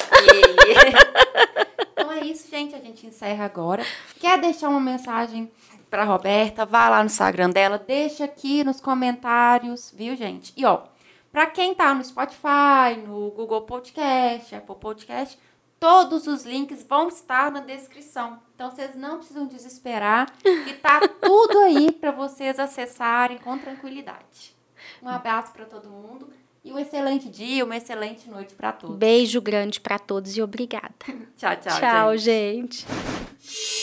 A: E... Então é isso, gente. A gente encerra agora. Quer deixar uma mensagem para Roberta? Vá lá no Instagram dela. Deixa aqui nos comentários, viu, gente? E, ó, para quem tá no Spotify, no Google Podcast, Apple Podcast, Todos os links vão estar na descrição. Então, vocês não precisam desesperar, que tá tudo aí para vocês acessarem com tranquilidade. Um abraço para todo mundo e um excelente dia, uma excelente noite para todos.
B: Beijo grande para todos e obrigada.
A: Tchau, tchau,
B: Tchau,
A: gente.
B: gente.